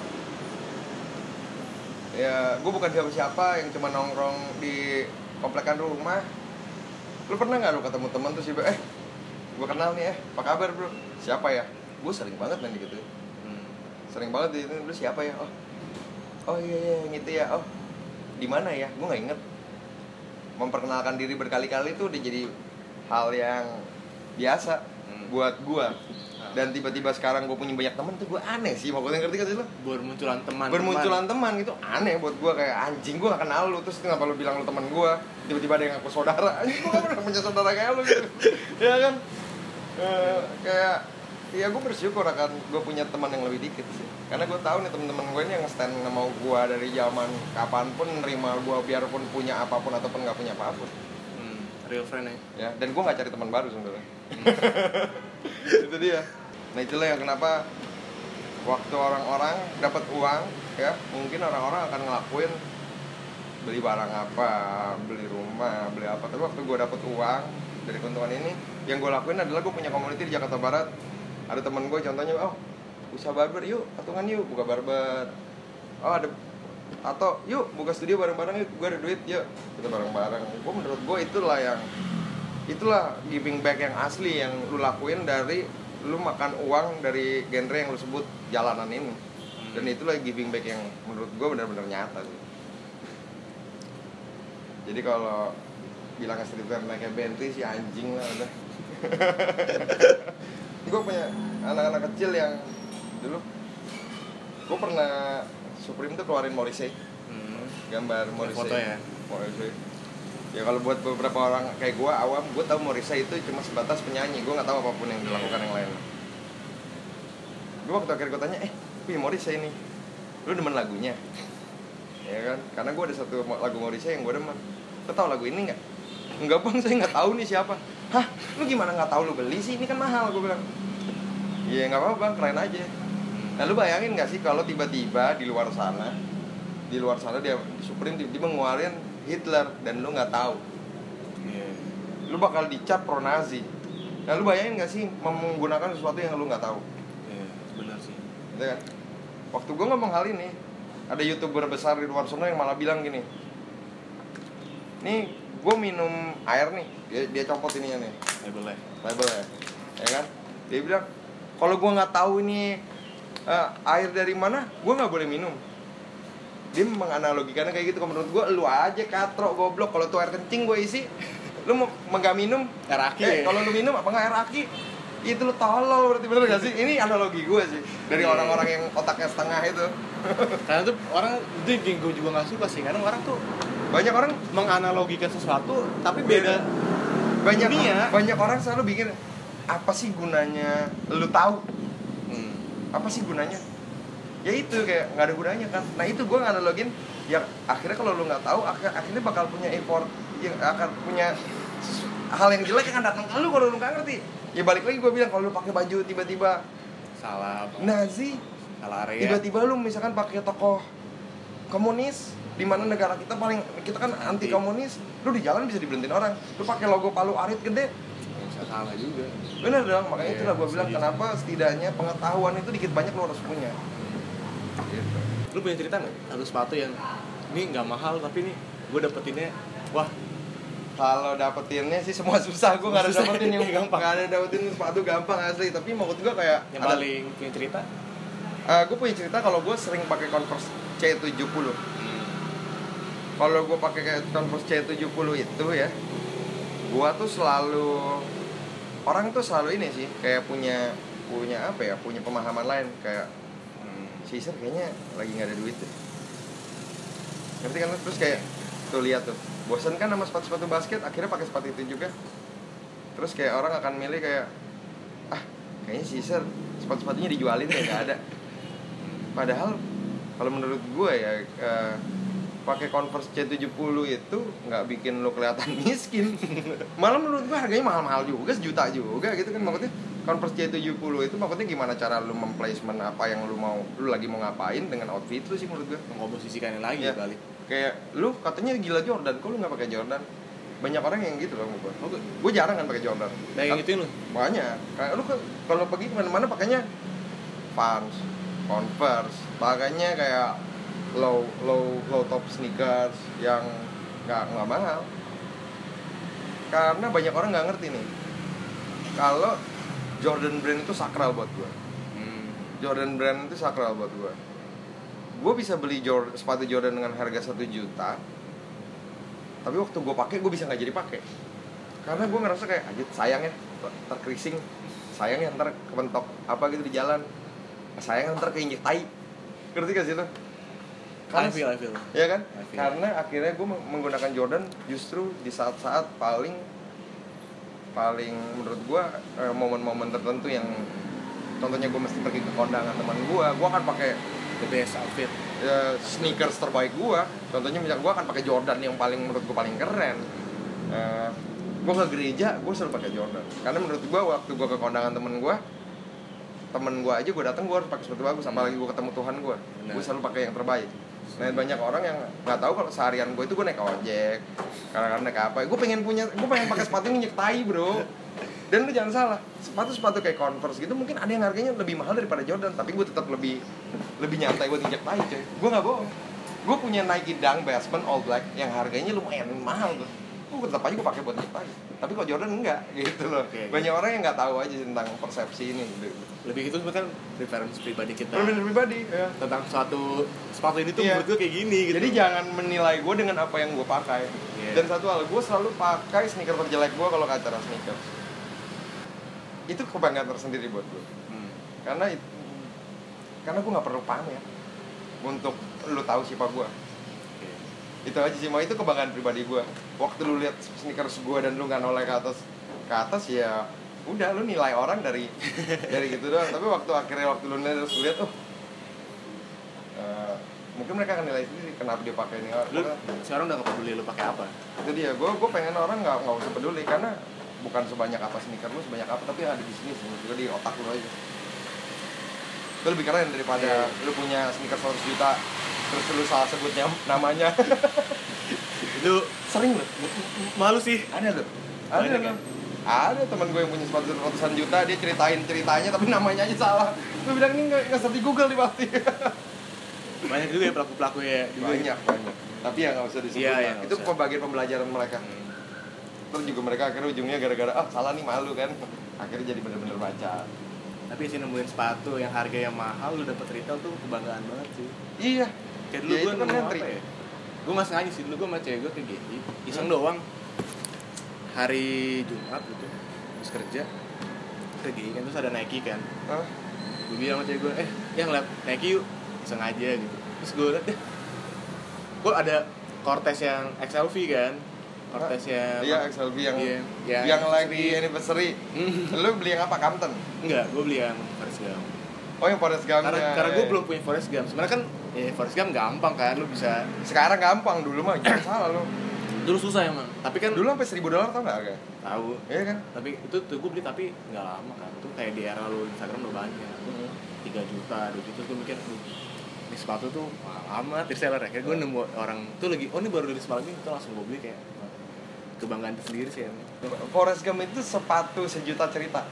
Speaker 2: Ya, gue bukan siapa-siapa yang cuma nongkrong di komplekan rumah. Lu pernah nggak lu ketemu teman tuh sih, eh, gue kenal nih, eh, apa kabar bro? Siapa ya? Gue sering banget nanti gitu. Hmm. Sering banget itu, lu siapa ya? Oh, oh iya iya gitu ya. Oh, di mana ya? Gue nggak inget. Memperkenalkan diri berkali-kali tuh udah jadi hal yang biasa hmm. buat gue. Dan tiba-tiba sekarang gue punya banyak teman tuh gue aneh sih, maksudnya ngerti gak sih lo?
Speaker 1: Bermunculan teman.
Speaker 2: Bermunculan teman itu aneh buat gue, kayak anjing gue gak kenal lu, terus kenapa lu bilang lu teman gue? Tiba-tiba ada yang ngaku saudara, anjing gue gak pernah punya saudara kayak lu gitu. Ya kan? E, kayak, ya gue bersyukur akan gue punya teman yang lebih dikit sih. Karena gue tahu nih teman-teman gue ini yang stand sama gue dari zaman kapanpun, nerima gue biarpun punya apapun ataupun gak punya apapun.
Speaker 1: Hmm, real friend ya.
Speaker 2: Ya, dan gue gak cari teman baru sebenarnya. Hmm. Itu dia. Nah itulah yang kenapa waktu orang-orang dapat uang ya, mungkin orang-orang akan ngelakuin beli barang apa, beli rumah, beli apa. Tapi waktu gue dapat uang dari keuntungan ini, yang gue lakuin adalah gue punya community di Jakarta Barat. Ada teman gue contohnya, oh usaha barber yuk, patungan yuk, buka barber. Oh ada, atau yuk buka studio bareng-bareng yuk, gue ada duit yuk, kita bareng-bareng. Gue menurut gue itulah yang itulah giving back yang asli yang lu lakuin dari lu makan uang dari genre yang lu sebut jalanan ini. Hmm. Dan itulah giving back yang menurut gue benar-benar nyata sih. Jadi kalau bilangnya streetwear naiknya Bentley sih anjing lah udah. Gue punya anak-anak kecil yang dulu gue pernah Supreme tuh keluarin Morrissey, hmm. gambar Morrissey.
Speaker 1: Foto ya.
Speaker 2: Morrissey. Ya kalau buat beberapa orang kayak gue awam, gue tahu Morrissey itu cuma sebatas penyanyi, gue nggak tahu apapun yang dilakukan yang lain. Gue waktu akhir gue tanya, eh, wih Morrissey ini, lu demen lagunya? Ya kan, karena gue ada satu lagu Morrissey yang gue demen. Lu tahu lagu ini nggak? Enggak bang, saya nggak tahu nih siapa. Hah, lu gimana nggak tahu, lu beli sih? Ini kan mahal, gue bilang. Iya nggak apa-apa bang, keren aja. Nah lu bayangin nggak sih kalau tiba-tiba di luar sana, di luar sana dia Supreme tiba-tiba ngeluarin Hitler dan lu nggak tahu, yeah. Lu bakal dicap pro Nazi. Nah lu bayangin nggak sih menggunakan sesuatu yang lu nggak tahu?
Speaker 1: Iya, yeah, benar sih.
Speaker 2: Gitu kan? Waktu gue ngomong hal ini, ada YouTuber besar di luar sana yang malah bilang gini, nih gue minum air nih, dia, dia copot ininya nih,
Speaker 1: labelnya,
Speaker 2: labelnya, ya kan? Dia bilang kalau gue nggak tahu ini uh, air dari mana, gue nggak boleh minum. Dia menganalogikannya kayak gitu. Menurut gue, lu aja katrok goblok. Kalau tuh air kencing gue isi, lu mau nggak minum
Speaker 1: air aki.
Speaker 2: Eh, kalau lu minum apa nggak air aki? Itu lu tolol berarti, bener gak sih? Ini analogi gue sih dari yeah. orang-orang yang otaknya setengah itu.
Speaker 1: Karena tuh orang itu yang gue juga nggak suka sih. Karena orang tuh
Speaker 2: banyak orang
Speaker 1: menganalogikan sesuatu tapi beda.
Speaker 2: Banyak
Speaker 1: dunia.
Speaker 2: Banyak orang selalu bikin apa sih gunanya lu tahu? Hmm. Apa sih gunanya? Ya itu kayak nggak ada gunanya kan. Nah itu gue nganalogin yang akhirnya kalau lu nggak tahu akhir, akhirnya bakal punya effort yang akan punya hal yang jelek yang akan datang ke lu kalau lu nggak ngerti. Ya balik lagi gue bilang, kalau lu pakai baju tiba-tiba
Speaker 1: salah apa?
Speaker 2: Nazi,
Speaker 1: salah area.
Speaker 2: Tiba-tiba lu misalkan pakai tokoh komunis di mana negara kita paling kita kan anti komunis, lu di jalan bisa diberhentiin orang. Lu pakai logo Palu Arit gede,
Speaker 1: bisa salah juga.
Speaker 2: Bener dong, makanya
Speaker 1: yeah,
Speaker 2: itulah gue bilang kenapa setidaknya pengetahuan itu dikit banyak lu harus punya.
Speaker 1: Gitu. Lu punya cerita nggak? Satu sepatu yang ini nggak mahal tapi nih gue dapetinnya, wah.
Speaker 2: Kalau dapetinnya sih semua susah, gue nggak ada dapetin yang gampang. Nggak ada dapetin sepatu gampang asli. Tapi maksud gue kayak
Speaker 1: yang ada, paling punya cerita?
Speaker 2: Uh, gue punya cerita kalau gue sering pakai Converse C tujuh puluh. Hmm. Kalau gue pakai Converse C tujuh puluh itu ya, gue tuh selalu orang tuh selalu ini sih kayak punya punya apa ya? Punya pemahaman lain kayak Caesar kayaknya lagi nggak ada duit deh. Ngerti kan? Terus kayak tuh lihat tuh, bosan kan sama sepatu-sepatu basket, akhirnya pakai sepatu itu juga. Terus kayak orang akan milih kayak ah kayaknya Caesar sepatu-sepatunya dijualin ya nggak ada. Padahal kalau menurut gue ya uh, pakai Converse C tujuh puluh itu nggak bikin lo kelihatan miskin. Malah menurut gue harganya mahal-mahal juga, sejuta juga gitu kan. Maksudnya Converse C tujuh puluh itu maksudnya gimana cara lu memplacement apa yang lu mau, lu lagi mau ngapain dengan outfit lu sih menurut gue.
Speaker 1: Mengkomposisikannya lagi ya, kali.
Speaker 2: Kayak lu katanya gila Jordan, kok lu nggak pakai Jordan? Banyak orang yang gitu loh gue. Oh, gue jarang kan pakai Jordan.
Speaker 1: Banyak yang gituin lu?
Speaker 2: Banyak. Kayak lu kalau pergi kemana-mana pakainya Vans, Converse, pakainya kayak low low low top sneakers yang nggak nggak mahal. Karena banyak orang nggak ngerti nih. Kalau Jordan Brand itu sakral buat gue. Hmm. Jordan Brand itu sakral buat gue. Gue bisa beli Jordan, sepatu Jordan dengan harga satu juta, tapi waktu gue pakai gue bisa nggak jadi pakai. Karena gue ngerasa kayak anjir sayang ya, terkrising, sayang ya ntar kepentok apa gitu di jalan, sayang ntar keinjek tai. Ngerti gak sih lo?
Speaker 1: I feel, I feel.
Speaker 2: Ya kan? Feel. Karena akhirnya gue menggunakan Jordan justru di saat-saat paling paling menurut gue eh, momen-momen tertentu yang contohnya gue mesti pergi ke kondangan teman gue, gue akan pakai
Speaker 1: the best outfit,
Speaker 2: eh, sneakers terbaik gue. Contohnya misalnya gue akan pakai Jordan yang paling menurut gue paling keren. Eh, gue ke gereja gue selalu pakai Jordan karena menurut gue waktu gue ke kondangan temen gue, temen gue aja gue datang gue harus pakai sepatu bagus, apalagi gue ketemu Tuhan gue, gue selalu pakai yang terbaik. Nah banyak orang yang nggak tahu kalau seharian gue itu gue naik ojek, kadang-kadang naik apa, gue pengen punya, gue pengen pakai sepatu yang nginjek tai bro. Dan lu jangan salah, sepatu-sepatu kayak Converse gitu mungkin ada yang harganya lebih mahal daripada Jordan, tapi gue tetap lebih lebih nyantai buat nginjek tai coy. Gue nggak bohong, gue punya Nike Dunk Basement All Black yang harganya lumayan mahal tuh, gue tetap aja gue pakai buat nginjek tai. Tapi kalau Jordan enggak gitu loh. Okay. Banyak orang yang nggak tahu aja tentang persepsi ini gitu.
Speaker 1: Lebih itu kan preference pribadi kita.
Speaker 2: Preference pribadi ya.
Speaker 1: Tentang suatu sepatu ini tuh yeah. menurut gue kayak gini gitu.
Speaker 2: Jadi jangan menilai gue dengan apa yang gue pakai. Yeah. Dan satu hal, gue selalu pakai sneaker terjelek gue kalau ke acara sneakers. Itu kebanggaan tersendiri buat gue. Hmm. Karena it, karena gue nggak perlu pamer untuk lu tahu siapa gue. Itu aja sih, mau itu kebanggaan pribadi gue. Waktu lu lihat sneakers gue dan lu nggak noleh ke atas ke atas ya udah, lu nilai orang dari dari gitu doang. Tapi waktu akhirnya waktu lu lihat terus lihat oh uh, mungkin mereka akan nilai sendiri kenapa dia pakai ini.
Speaker 1: Lu sekarang udah nggak peduli lu pakai apa?
Speaker 2: Itu dia, gue gue pengen orang nggak nggak usah peduli, karena bukan sebanyak apa sneaker lu, sebanyak apa, tapi ada di sini sih, juga di otak lu aja. Itu lebih keren daripada yeah. lu punya sneaker seratus juta terus lu salah sebutnya namanya.
Speaker 1: Itu
Speaker 2: sering loh.
Speaker 1: Malu sih.
Speaker 2: Ada loh. Ada loh. Ada teman gue yang punya sepatu ratusan juta, dia ceritain ceritanya tapi namanya aja salah. Gue bilang ini nggak nggak di Google nih pasti.
Speaker 1: Banyak juga ya pelaku-pelaku ya.
Speaker 2: Banyak banyak. Tapi ya nggak usah disebut.
Speaker 1: Iya, ya,
Speaker 2: itu
Speaker 1: usah.
Speaker 2: bagian pembelajaran mereka. Hmm. Terus juga mereka akhirnya ujungnya gara-gara ah salah nih, malu kan. Akhirnya jadi bener-bener baca.
Speaker 1: Tapi sih nemuin sepatu yang harganya mahal lu dapet retail tuh kebanggaan banget sih.
Speaker 2: Iya.
Speaker 1: Kayak dulu
Speaker 2: ya,
Speaker 1: gue
Speaker 2: kan
Speaker 1: nemu
Speaker 2: apa
Speaker 1: ya? Gue nggak sengaja sih, dulu gue sama cewek gue ke G I iseng hmm. doang. Hari Jumat gitu, terus kerja ke G I kan, terus ada Nike kan.
Speaker 2: Huh?
Speaker 1: Gue bilang sama cewek gue, eh yang liat Nike yuk, iseng aja gitu. Terus gue liat deh, gue ada Cortez yang X L V kan. Cortez yang
Speaker 2: iya X L V yang
Speaker 1: iya, yang,
Speaker 2: yang lagi anniversary. Lu beli yang apa, Compton?
Speaker 1: Enggak, gue beli yang Forrest Gump.
Speaker 2: Oh yang Forrest Gump.
Speaker 1: Karena, karena gue belum punya Forrest Gump. Sebenarnya kan ya Forrest Gump gampang kan, lu bisa.
Speaker 2: Sekarang gampang, dulu mah jangan salah lu.
Speaker 1: Dulu susah emang. Tapi kan
Speaker 2: dulu sampai seribu dolar tau nggak harga?
Speaker 1: Tahu.
Speaker 2: Iya kan?
Speaker 1: Tapi itu tuh gue beli tapi nggak lama kan. Tuh kayak di era lu Instagram udah banyak. tiga juta, dua juta tuh mikir ini sepatu tuh mahal amat reseller ya. Kayak gue nemu orang tuh lagi, oh ini baru rilis malam ini, tuh langsung gue beli kayak kebanggaan tersendiri sih emang.
Speaker 2: Forrest Gump itu sepatu sejuta cerita.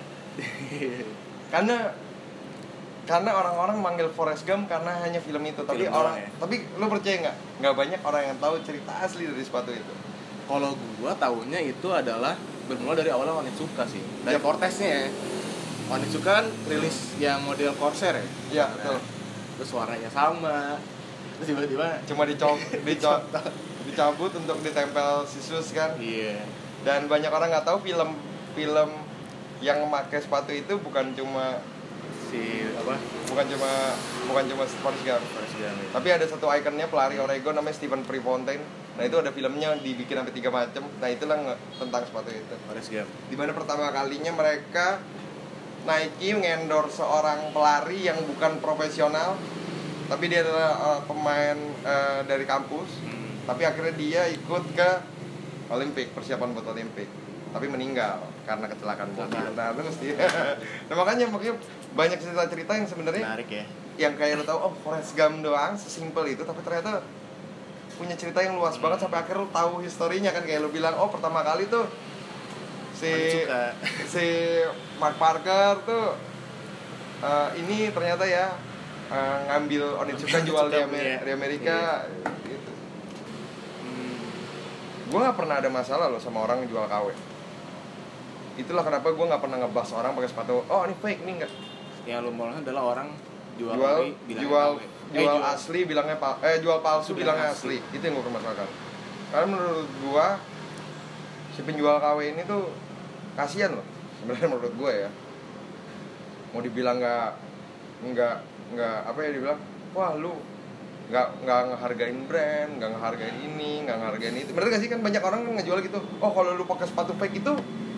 Speaker 2: Karena karena orang-orang manggil Forrest Gump karena hanya film itu, tapi film orang ya? Tapi lu percaya nggak? Nggak banyak orang yang tahu cerita asli dari sepatu itu.
Speaker 1: Kalau gua tahunya itu adalah bermula dari awalnya Onitsuka sih. Dari yep. Cortez-nya ya. Onitsuka kan rilis yang model Corsair ya.
Speaker 2: Iya, nah, betul.
Speaker 1: Terus warnanya sama. Terus tiba-tiba
Speaker 2: cuma dicop dicop dicabut untuk ditempel sisus kan.
Speaker 1: Iya.
Speaker 2: Dan banyak orang nggak tahu film film yang memakai sepatu itu bukan cuma
Speaker 1: si apa?
Speaker 2: Bukan cuma bukan cuma Forrest Gump.
Speaker 1: Forrest Gump. Ya.
Speaker 2: Tapi ada satu ikonnya pelari Oregon namanya Stephen Prefontaine. Nah itu ada filmnya dibikin sampai tiga macam. Nah itulah tentang sepatu itu.
Speaker 1: Forrest Gump.
Speaker 2: Dimana pertama kalinya mereka Nike mengendorse seorang pelari yang bukan profesional, tapi dia adalah uh, pemain uh, dari kampus. Hmm. Tapi akhirnya dia ikut ke Olimpik, persiapan buat Olimpik. Tapi meninggal karena kecelakaan mobil. Nah terus dia. Nah makanya makanya banyak cerita-cerita yang sebenarnya
Speaker 1: menarik ya.
Speaker 2: Yang kayak lo tau, oh Forrest Gump doang, sesimpel itu, tapi ternyata punya cerita yang luas hmm. banget sampai akhirnya lo tahu historinya kan, kayak lo bilang, oh pertama kali tuh si si Mark Parker tuh uh, ini ternyata ya uh, ngambil Onitsuka jual di, Amer- di Amerika yeah. gitu. Hmm. Gue nggak pernah ada masalah loh sama orang yang jual K W. Itulah kenapa gue nggak pernah ngebahas orang pakai sepatu. Oh ini fake nih nggak.
Speaker 1: Yang lo mau adalah orang jual
Speaker 2: jual
Speaker 1: ori,
Speaker 2: jual,
Speaker 1: eh,
Speaker 2: jual
Speaker 1: jual
Speaker 2: asli bilangnya pal eh jual palsu bilangnya asli. asli. Itu yang gue permasalahkan. Karena menurut gue si penjual K W ini tuh kasihan loh sebenarnya menurut gue ya. Mau dibilang nggak nggak nggak apa ya dibilang, wah lu nggak nggak ngehargain brand, nggak ngehargain ini, nggak ngehargain itu. Bener gak sih, kan banyak orang kan ngejual gitu. Oh kalau lu pakai sepatu fake itu,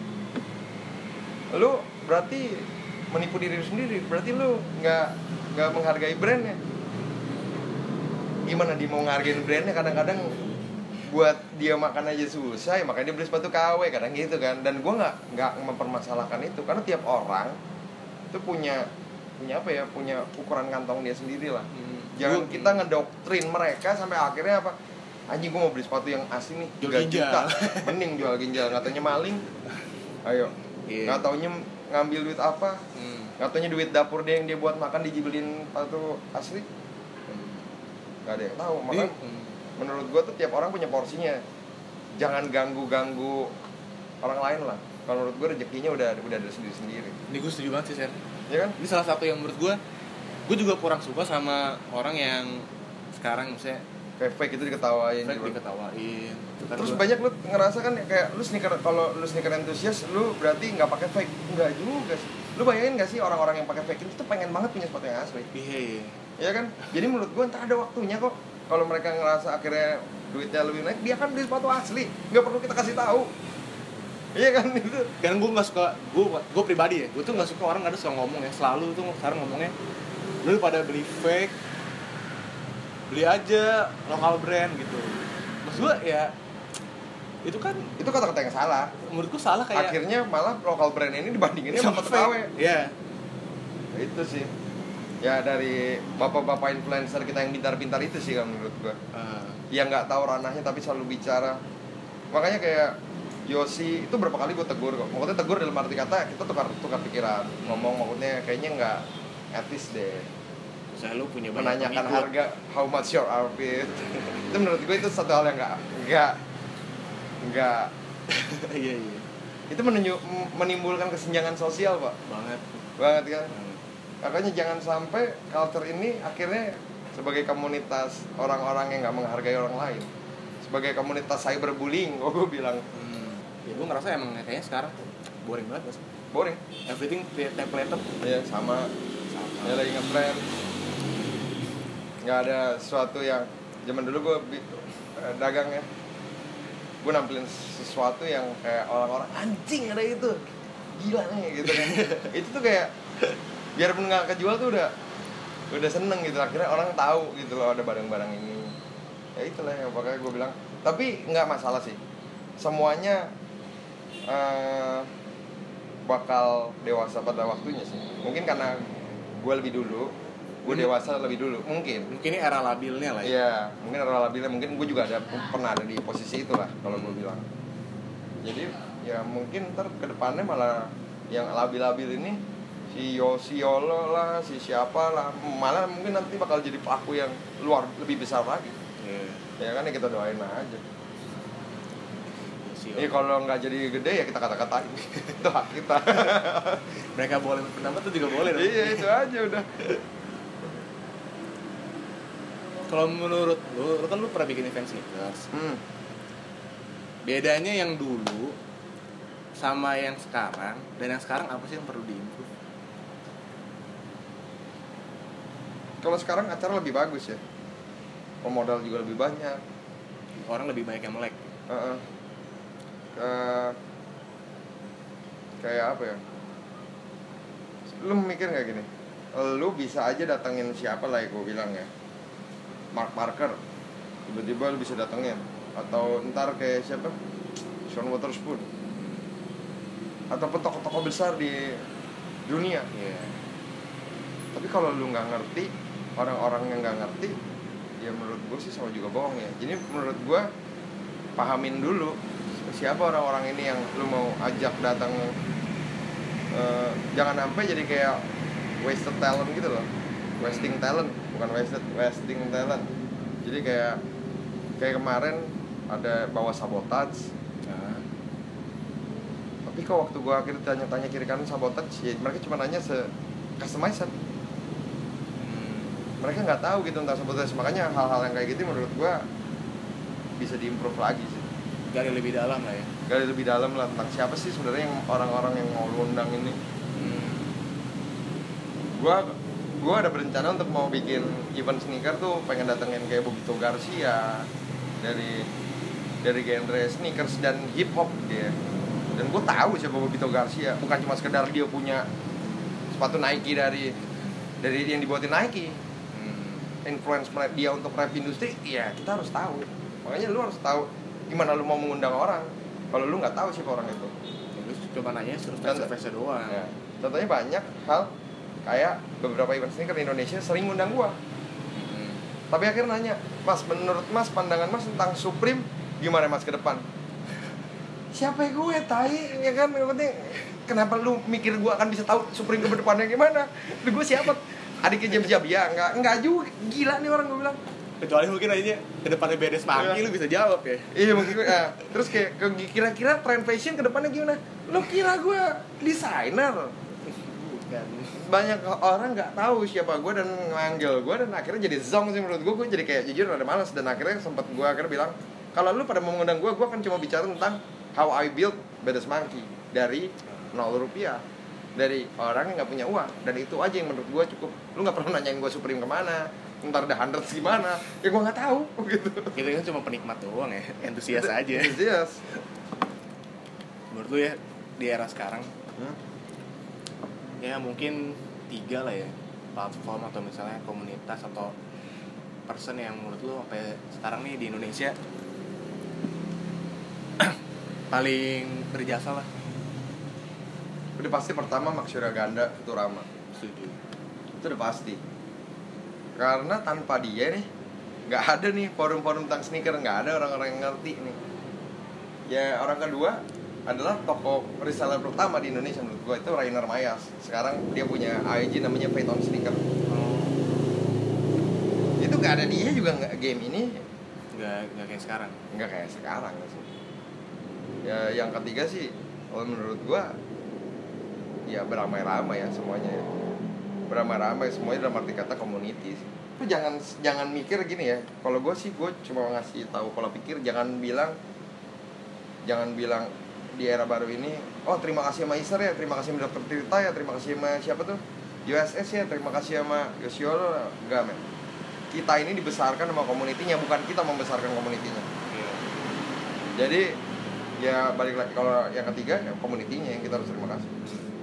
Speaker 2: lu berarti menipu diri lu sendiri. Berarti lu nggak nggak menghargai brandnya. Gimana dia mau ngehargain brandnya? Kadang-kadang buat dia makan aja susah, ya makanya dia beli sepatu K W kadang gitu kan. Dan gue nggak nggak mempermasalahkan itu karena tiap orang itu punya punya apa ya punya ukuran kantong dia sendiri lah. Hmm. Jangan kita ngedoktrin mereka sampai akhirnya apa, anjing gue mau beli sepatu yang asli nih tiga juta, mending jual ginjal, nggak taunya maling, ayo, yeah. nggak taunya ngambil duit apa, hmm. nggak taunya duit dapur dia yang dia buat makan dijibelin sepatu asli, nggak ada yang tahu. Makanya hmm. menurut gue tuh tiap orang punya porsinya, jangan ganggu ganggu orang lain lah. Kalau menurut gue rezekinya udah udah ada sendiri sendiri.
Speaker 1: Ini gue setuju banget sih, Sen.
Speaker 2: Ya kan?
Speaker 1: Ini salah satu yang menurut gue, gue juga kurang suka sama orang yang sekarang misalnya
Speaker 2: kayak fake itu diketawain
Speaker 1: fake
Speaker 2: gitu.
Speaker 1: diketawain kan.
Speaker 2: Terus
Speaker 1: gua...
Speaker 2: banyak lu ngerasa kan kayak lu sneaker, kalau lu sneaker entusias lu berarti nggak pakai fake. Enggak juga sih. Lu bayangin nggak sih orang-orang yang pakai fake itu tuh pengen banget punya sepatu yang asli.
Speaker 1: Iya, iya.
Speaker 2: Iya kan? Jadi menurut gua ntar ada waktunya kok. Kalau mereka ngerasa akhirnya duitnya lebih naik, dia akan beli sepatu asli. Nggak perlu kita kasih tahu. Iya kan itu.
Speaker 1: Karena gue nggak suka, gue gue pribadi ya, gue tuh nggak suka orang ada suka ngomong ya, selalu tuh sekarang ngomongnya, lu pada beli fake, beli aja lokal brand gitu. Maksud gue ya, itu kan
Speaker 2: itu kata-kata yang salah.
Speaker 1: Menurutku salah kayak.
Speaker 2: Akhirnya malah lokal brand ini dibandinginnya sama K W.
Speaker 1: Iya.
Speaker 2: Itu sih. Ya dari bapak-bapak influencer kita yang pintar-pintar itu sih kan menurut gue. Uh. Yang nggak tahu ranahnya tapi selalu bicara. Makanya kayak Yosi itu berapa kali gue tegur kok. Maksudnya tegur dalam arti kata kita tukar tukar pikiran, ngomong maksudnya kayaknya nggak etis deh.
Speaker 1: Saya lu punya banyak
Speaker 2: menanyakan
Speaker 1: pengikut.
Speaker 2: Harga, how much your outfit. Itu menurut gue itu satu hal yang nggak nggak nggak.
Speaker 1: Iya iya.
Speaker 2: Itu menunjuk menimbulkan kesenjangan sosial pak.
Speaker 1: Banget.
Speaker 2: Banget kan. Hmm. Makanya jangan sampai culture ini akhirnya sebagai komunitas orang-orang yang nggak menghargai orang lain, sebagai komunitas cyberbullying, oh gue bilang.
Speaker 1: Hmm. Ya gue ngerasa emang kayaknya sekarang boring banget mas.
Speaker 2: Boring.
Speaker 1: Everything templated.
Speaker 2: Iya sama. Sama. Ya lagi ngetrend. Nggak ada sesuatu yang zaman dulu gue eh, dagang ya. Gue nampilin sesuatu yang kayak orang-orang anjing ada itu, gila nih gitu kan. Itu tuh kayak biarpun nggak kejual tuh udah udah seneng gitu. Akhirnya orang tahu gitu loh ada barang-barang ini. Ya itulah yang pokoknya gue bilang. Tapi nggak masalah sih. Semuanya Uh, bakal dewasa pada waktunya sih. Mungkin karena gue lebih dulu, gue dewasa lebih dulu. Mungkin.
Speaker 1: Mungkin ini era labilnya lah ya.
Speaker 2: Iya, mungkin era labilnya. Mungkin gue juga ada pernah ada di posisi itulah kalau gue bilang. Jadi ya mungkin ntar kedepannya malah yang labil-labil ini si Yosi Yolo lah, si siapa lah, malah mungkin nanti bakal jadi pelaku yang luar lebih besar lagi. Yeah. Ya kan ya kita doain aja. Iya kalau nggak jadi gede ya kita kata-katain. Itu hak kita.
Speaker 1: Mereka boleh berpendapat tuh juga boleh dong.
Speaker 2: Iya itu aja udah.
Speaker 1: Kalau menurut lu, lu kan lu pernah bikin event sneakers. Hmm. Bedanya yang dulu sama yang sekarang, dan yang sekarang apa sih yang perlu diimprove?
Speaker 2: Kalau sekarang acara lebih bagus ya. Pemodal juga lebih banyak.
Speaker 1: Orang lebih banyak yang melek.
Speaker 2: Uh-uh. Uh, kayak apa ya? Lu mikir nggak gini? Lu bisa aja datengin siapa lah ya gue bilang ya, Mark Parker, tiba-tiba lu bisa datengin. Atau ntar kayak siapa, Sean Wotherspoon, ataupun tokoh-tokoh besar di dunia.
Speaker 1: Yeah.
Speaker 2: Tapi kalau lu nggak ngerti, orang-orang yang nggak ngerti, ya menurut gue sih sama juga bohong ya. Jadi menurut gue pahamin dulu siapa orang-orang ini yang lu mau ajak datang. Uh, jangan sampai jadi kayak wasted talent gitu loh, wasting talent, bukan wasted, wasting talent. Jadi kayak kayak kemarin ada bawa sabotage. Nah. Tapi kok waktu gua akhirnya tanya-tanya kiri kanan sabotage, ya mereka cuma nanya se customized. Mereka nggak tahu gitu tentang sabotage. Makanya hal-hal yang kayak gitu menurut gua bisa diimprove lagi sih.
Speaker 1: Gali lebih dalam lah ya.
Speaker 2: Gali lebih dalam lah tentang siapa sih sebenarnya yang orang-orang yang mau undang ini. Hmm. Gua gua ada berencana untuk mau bikin event sneaker tuh, pengen datengin kayak Bobito Garcia dari dari genre sneakers dan hip hop dia. Dan gue tahu siapa Bobito Garcia, bukan cuma sekedar dia punya sepatu Nike dari dari yang dibuatin Nike. Hmm. Influence dia untuk rap industri, ya kita harus tahu. Makanya lu harus tahu gimana lu mau mengundang orang kalau lu nggak tahu siapa orang itu.
Speaker 1: Ya, lu coba nanya terus face-to-face doang.
Speaker 2: Ya. Contohnya banyak hal kayak beberapa event sneaker di Indonesia sering ngundang gua. Hmm. Tapi akhirnya nanya, "Mas, menurut Mas pandangan Mas tentang Supreme gimana Mas ke depan?" Siapa gue tai ya kan, yang penting kenapa lu mikir gua akan bisa tahu Supreme ke depannya gimana? Lu gue siapa? Adiknya James Jabia? Enggak, enggak juga. Gila nih orang gue bilang.
Speaker 1: Kecuali mungkin aja ke depannya B D S Monkey, ya. Lu bisa jawab ya.
Speaker 2: Iya mungkin ya. Terus kayak kira-kira trend fashion ke depannya gimana? Lu kira gue desainer?
Speaker 1: Bukan.
Speaker 2: banyak orang nggak tahu siapa gue dan manggil gue, dan akhirnya jadi zong sih menurut gue. Gue jadi kayak jujur ada malas, dan akhirnya sempat gue akhirnya bilang, kalau lu pada mau mengundang gue, gue akan cuma bicara tentang how I build Badass Monkey dari nol rupiah, dari orang yang nggak punya uang, dan itu aja yang menurut gue cukup. Lu nggak perlu nanyain gue Supreme kemana, ntar ada hundreds gimana, ya gue nggak tahu gitu.
Speaker 1: Itu kan cuma penikmat doang ya, entusias aja.
Speaker 2: Entusias.
Speaker 1: Menurut lu ya di era sekarang,
Speaker 2: Hmm?
Speaker 1: ya mungkin tiga lah ya platform atau misalnya komunitas atau person yang menurut lu sampai sekarang nih di Indonesia paling berjasa lah.
Speaker 2: Udah pasti pertama Maksura Ganda Futurama.
Speaker 1: Setuju.
Speaker 2: Itu udah pasti. Karena tanpa dia nih nggak ada nih forum-forum tentang sneaker, nggak ada orang-orang yang ngerti nih. Ya orang kedua adalah toko reseller pertama di Indonesia menurut gue, itu Rainer Mayas. Sekarang dia punya I G namanya Fate on Sneaker.
Speaker 1: Oh.
Speaker 2: Itu nggak ada dia juga nggak, game ini
Speaker 1: Nggak nggak kayak sekarang.
Speaker 2: nggak kayak sekarang sih. Ya yang ketiga sih, kalau menurut gue ya beramai-ramai ya semuanya ya. Beramai-ramai semuanya dalam arti kata community sih. Lu jangan jangan mikir gini ya. Kalau gue sih gue cuma ngasih tahu, kalau pikir jangan bilang jangan bilang di era baru ini, oh terima kasih sama Iser ya, terima kasih sama dokter Tirta ya, terima kasih sama siapa tuh U S S ya, terima kasih sama Yosiolo. Enggak men, kita ini dibesarkan sama komunitinya, bukan kita membesarkan komunitinya.
Speaker 1: Iya.
Speaker 2: Jadi ya balik lagi, kalau yang ketiga ya komunitinya yang kita harus terima kasih.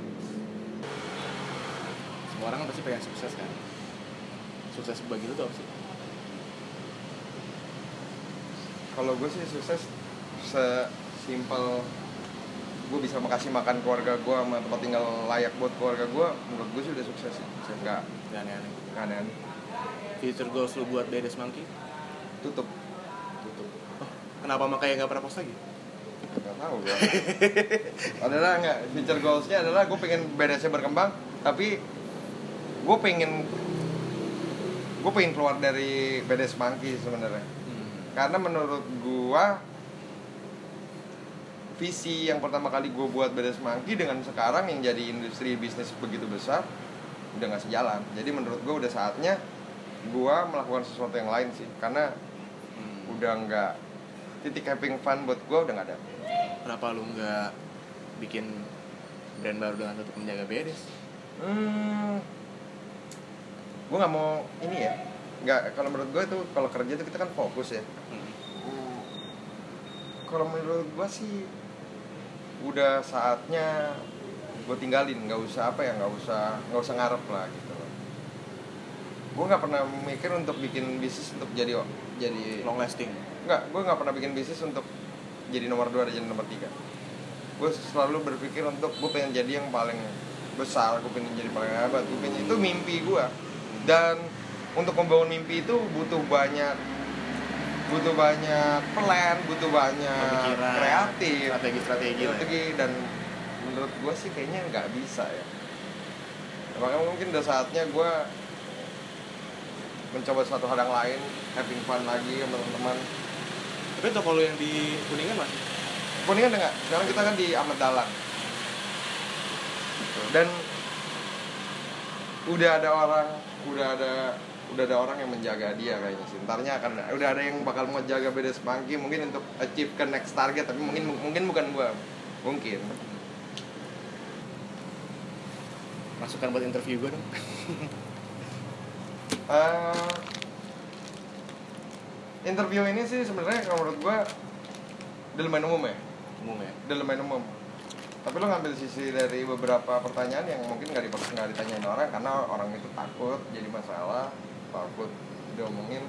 Speaker 1: Semua orang kan pasti pengen sukses kan. Sukses bagi lu tuh apa sih?
Speaker 2: Kalau gue sih sukses sesimpel gue bisa makasih makan keluarga gue sama tempat tinggal layak buat keluarga gue. Menurut gue sih udah sukses sih. Enggak
Speaker 1: Gak aneh-aneh.
Speaker 2: Nggak aneh-aneh.
Speaker 1: Future goals lu buat Badass Monkey?
Speaker 2: Tutup.
Speaker 1: Tutup. Oh, kenapa makanya gak pernah post lagi?
Speaker 2: Nggak tahu gue. Adalah nggak, future goalsnya adalah gue pengen Badassnya berkembang, tapi gue pengen gue pengen keluar dari Badass Monkey sebenarnya.
Speaker 1: Hmm.
Speaker 2: Karena menurut gue visi yang pertama kali gue buat Badass Monkey dengan sekarang yang jadi industri bisnis begitu besar udah nggak sejalan. Jadi menurut gue udah saatnya gue melakukan sesuatu yang lain sih, karena
Speaker 1: Hmm.
Speaker 2: udah nggak, titik having fun buat gue udah nggak ada.
Speaker 1: Kenapa lu nggak bikin brand baru dengan tetap menjaga Badass?
Speaker 2: Hmm, gue nggak mau ini ya, nggak, kalau menurut gue itu kalau kerja itu kita kan fokus ya.
Speaker 1: Hmm.
Speaker 2: Kalau menurut gue sih udah saatnya gue tinggalin, nggak usah apa ya, nggak usah nggak usah ngarep lah gitu. Gue nggak pernah mikir untuk bikin bisnis untuk jadi jadi
Speaker 1: Long lasting.
Speaker 2: nggak, gue nggak pernah bikin bisnis untuk jadi nomor dua dan jadi nomor tiga. Gue selalu berpikir untuk gue pengen jadi yang paling besar, gue pengen jadi paling hebat, gue pengen, itu mimpi gue. Dan untuk membangun mimpi itu butuh banyak butuh banyak plan, butuh banyak
Speaker 1: Pemikiran,
Speaker 2: kreatif,
Speaker 1: strategi-strategi lah ya.
Speaker 2: strategi, dan menurut gue sih kayaknya nggak bisa ya. Makanya mungkin udah saatnya gue mencoba suatu hal yang lain, having fun lagi sama teman-teman.
Speaker 1: Tapi toko lu yang di Kuningan masih?
Speaker 2: Kuningan enggak? Sekarang kita kan di Ahmad Dahlan. Dan udah ada orang, udah ada udah ada orang yang menjaga dia kayaknya sih. Entarnya akan udah ada yang bakal menjaga Badass Monkey mungkin untuk achieve ke next target, tapi mungkin mungkin bukan gua. Mungkin.
Speaker 1: Masukan buat interview gue dong.
Speaker 2: Uh, interview ini sih sebenarnya kalau menurut gua udah lumayan umum ya.
Speaker 1: Umum ya.
Speaker 2: Udah lumayan umum. Tapi lo ngambil sisi dari beberapa pertanyaan yang mungkin nggak dipercaya, nggak ditanyain orang, karena orang itu takut jadi masalah, takut diomongin.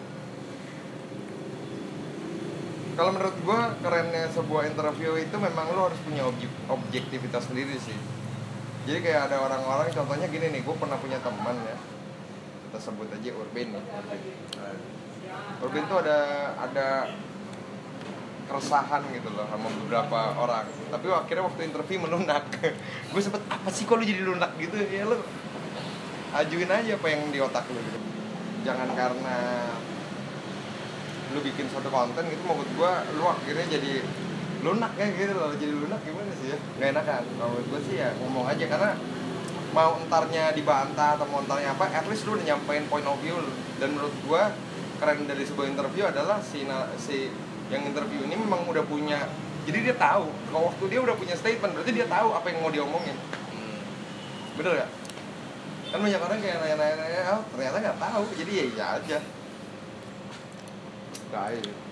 Speaker 2: Kalau menurut gue kerennya sebuah interview itu memang lo harus punya objek, objektivitas sendiri sih. Jadi kayak ada orang-orang, contohnya gini nih, gue pernah punya teman ya, kita sebut aja Urban nih. Urban tuh ada ada keresahan gitu loh sama beberapa orang, tapi akhirnya waktu interview melunak. Gue sempet, apa sih kok lu jadi lunak gitu ya, lu ajuin aja apa yang di otak lu gitu. Jangan karena lu bikin suatu konten gitu menurut gue lu akhirnya jadi lunak ya gitu loh. Jadi lunak gimana sih ya, gak enak kan. Kalau menurut gue sih ya ngomong aja, karena mau entarnya dibantah atau mau entarnya apa, at least lu udah nyampein point of view lu. Dan menurut gua keren dari sebuah interview adalah si si yang interview ini memang udah punya, jadi dia tahu kalau waktu dia udah punya statement berarti dia tahu apa yang mau diomongin. hmm. Bener gak? Kan banyak orang kayak nanya-nanya, oh, ternyata nggak tahu, jadi ya iya aja. Gak aja.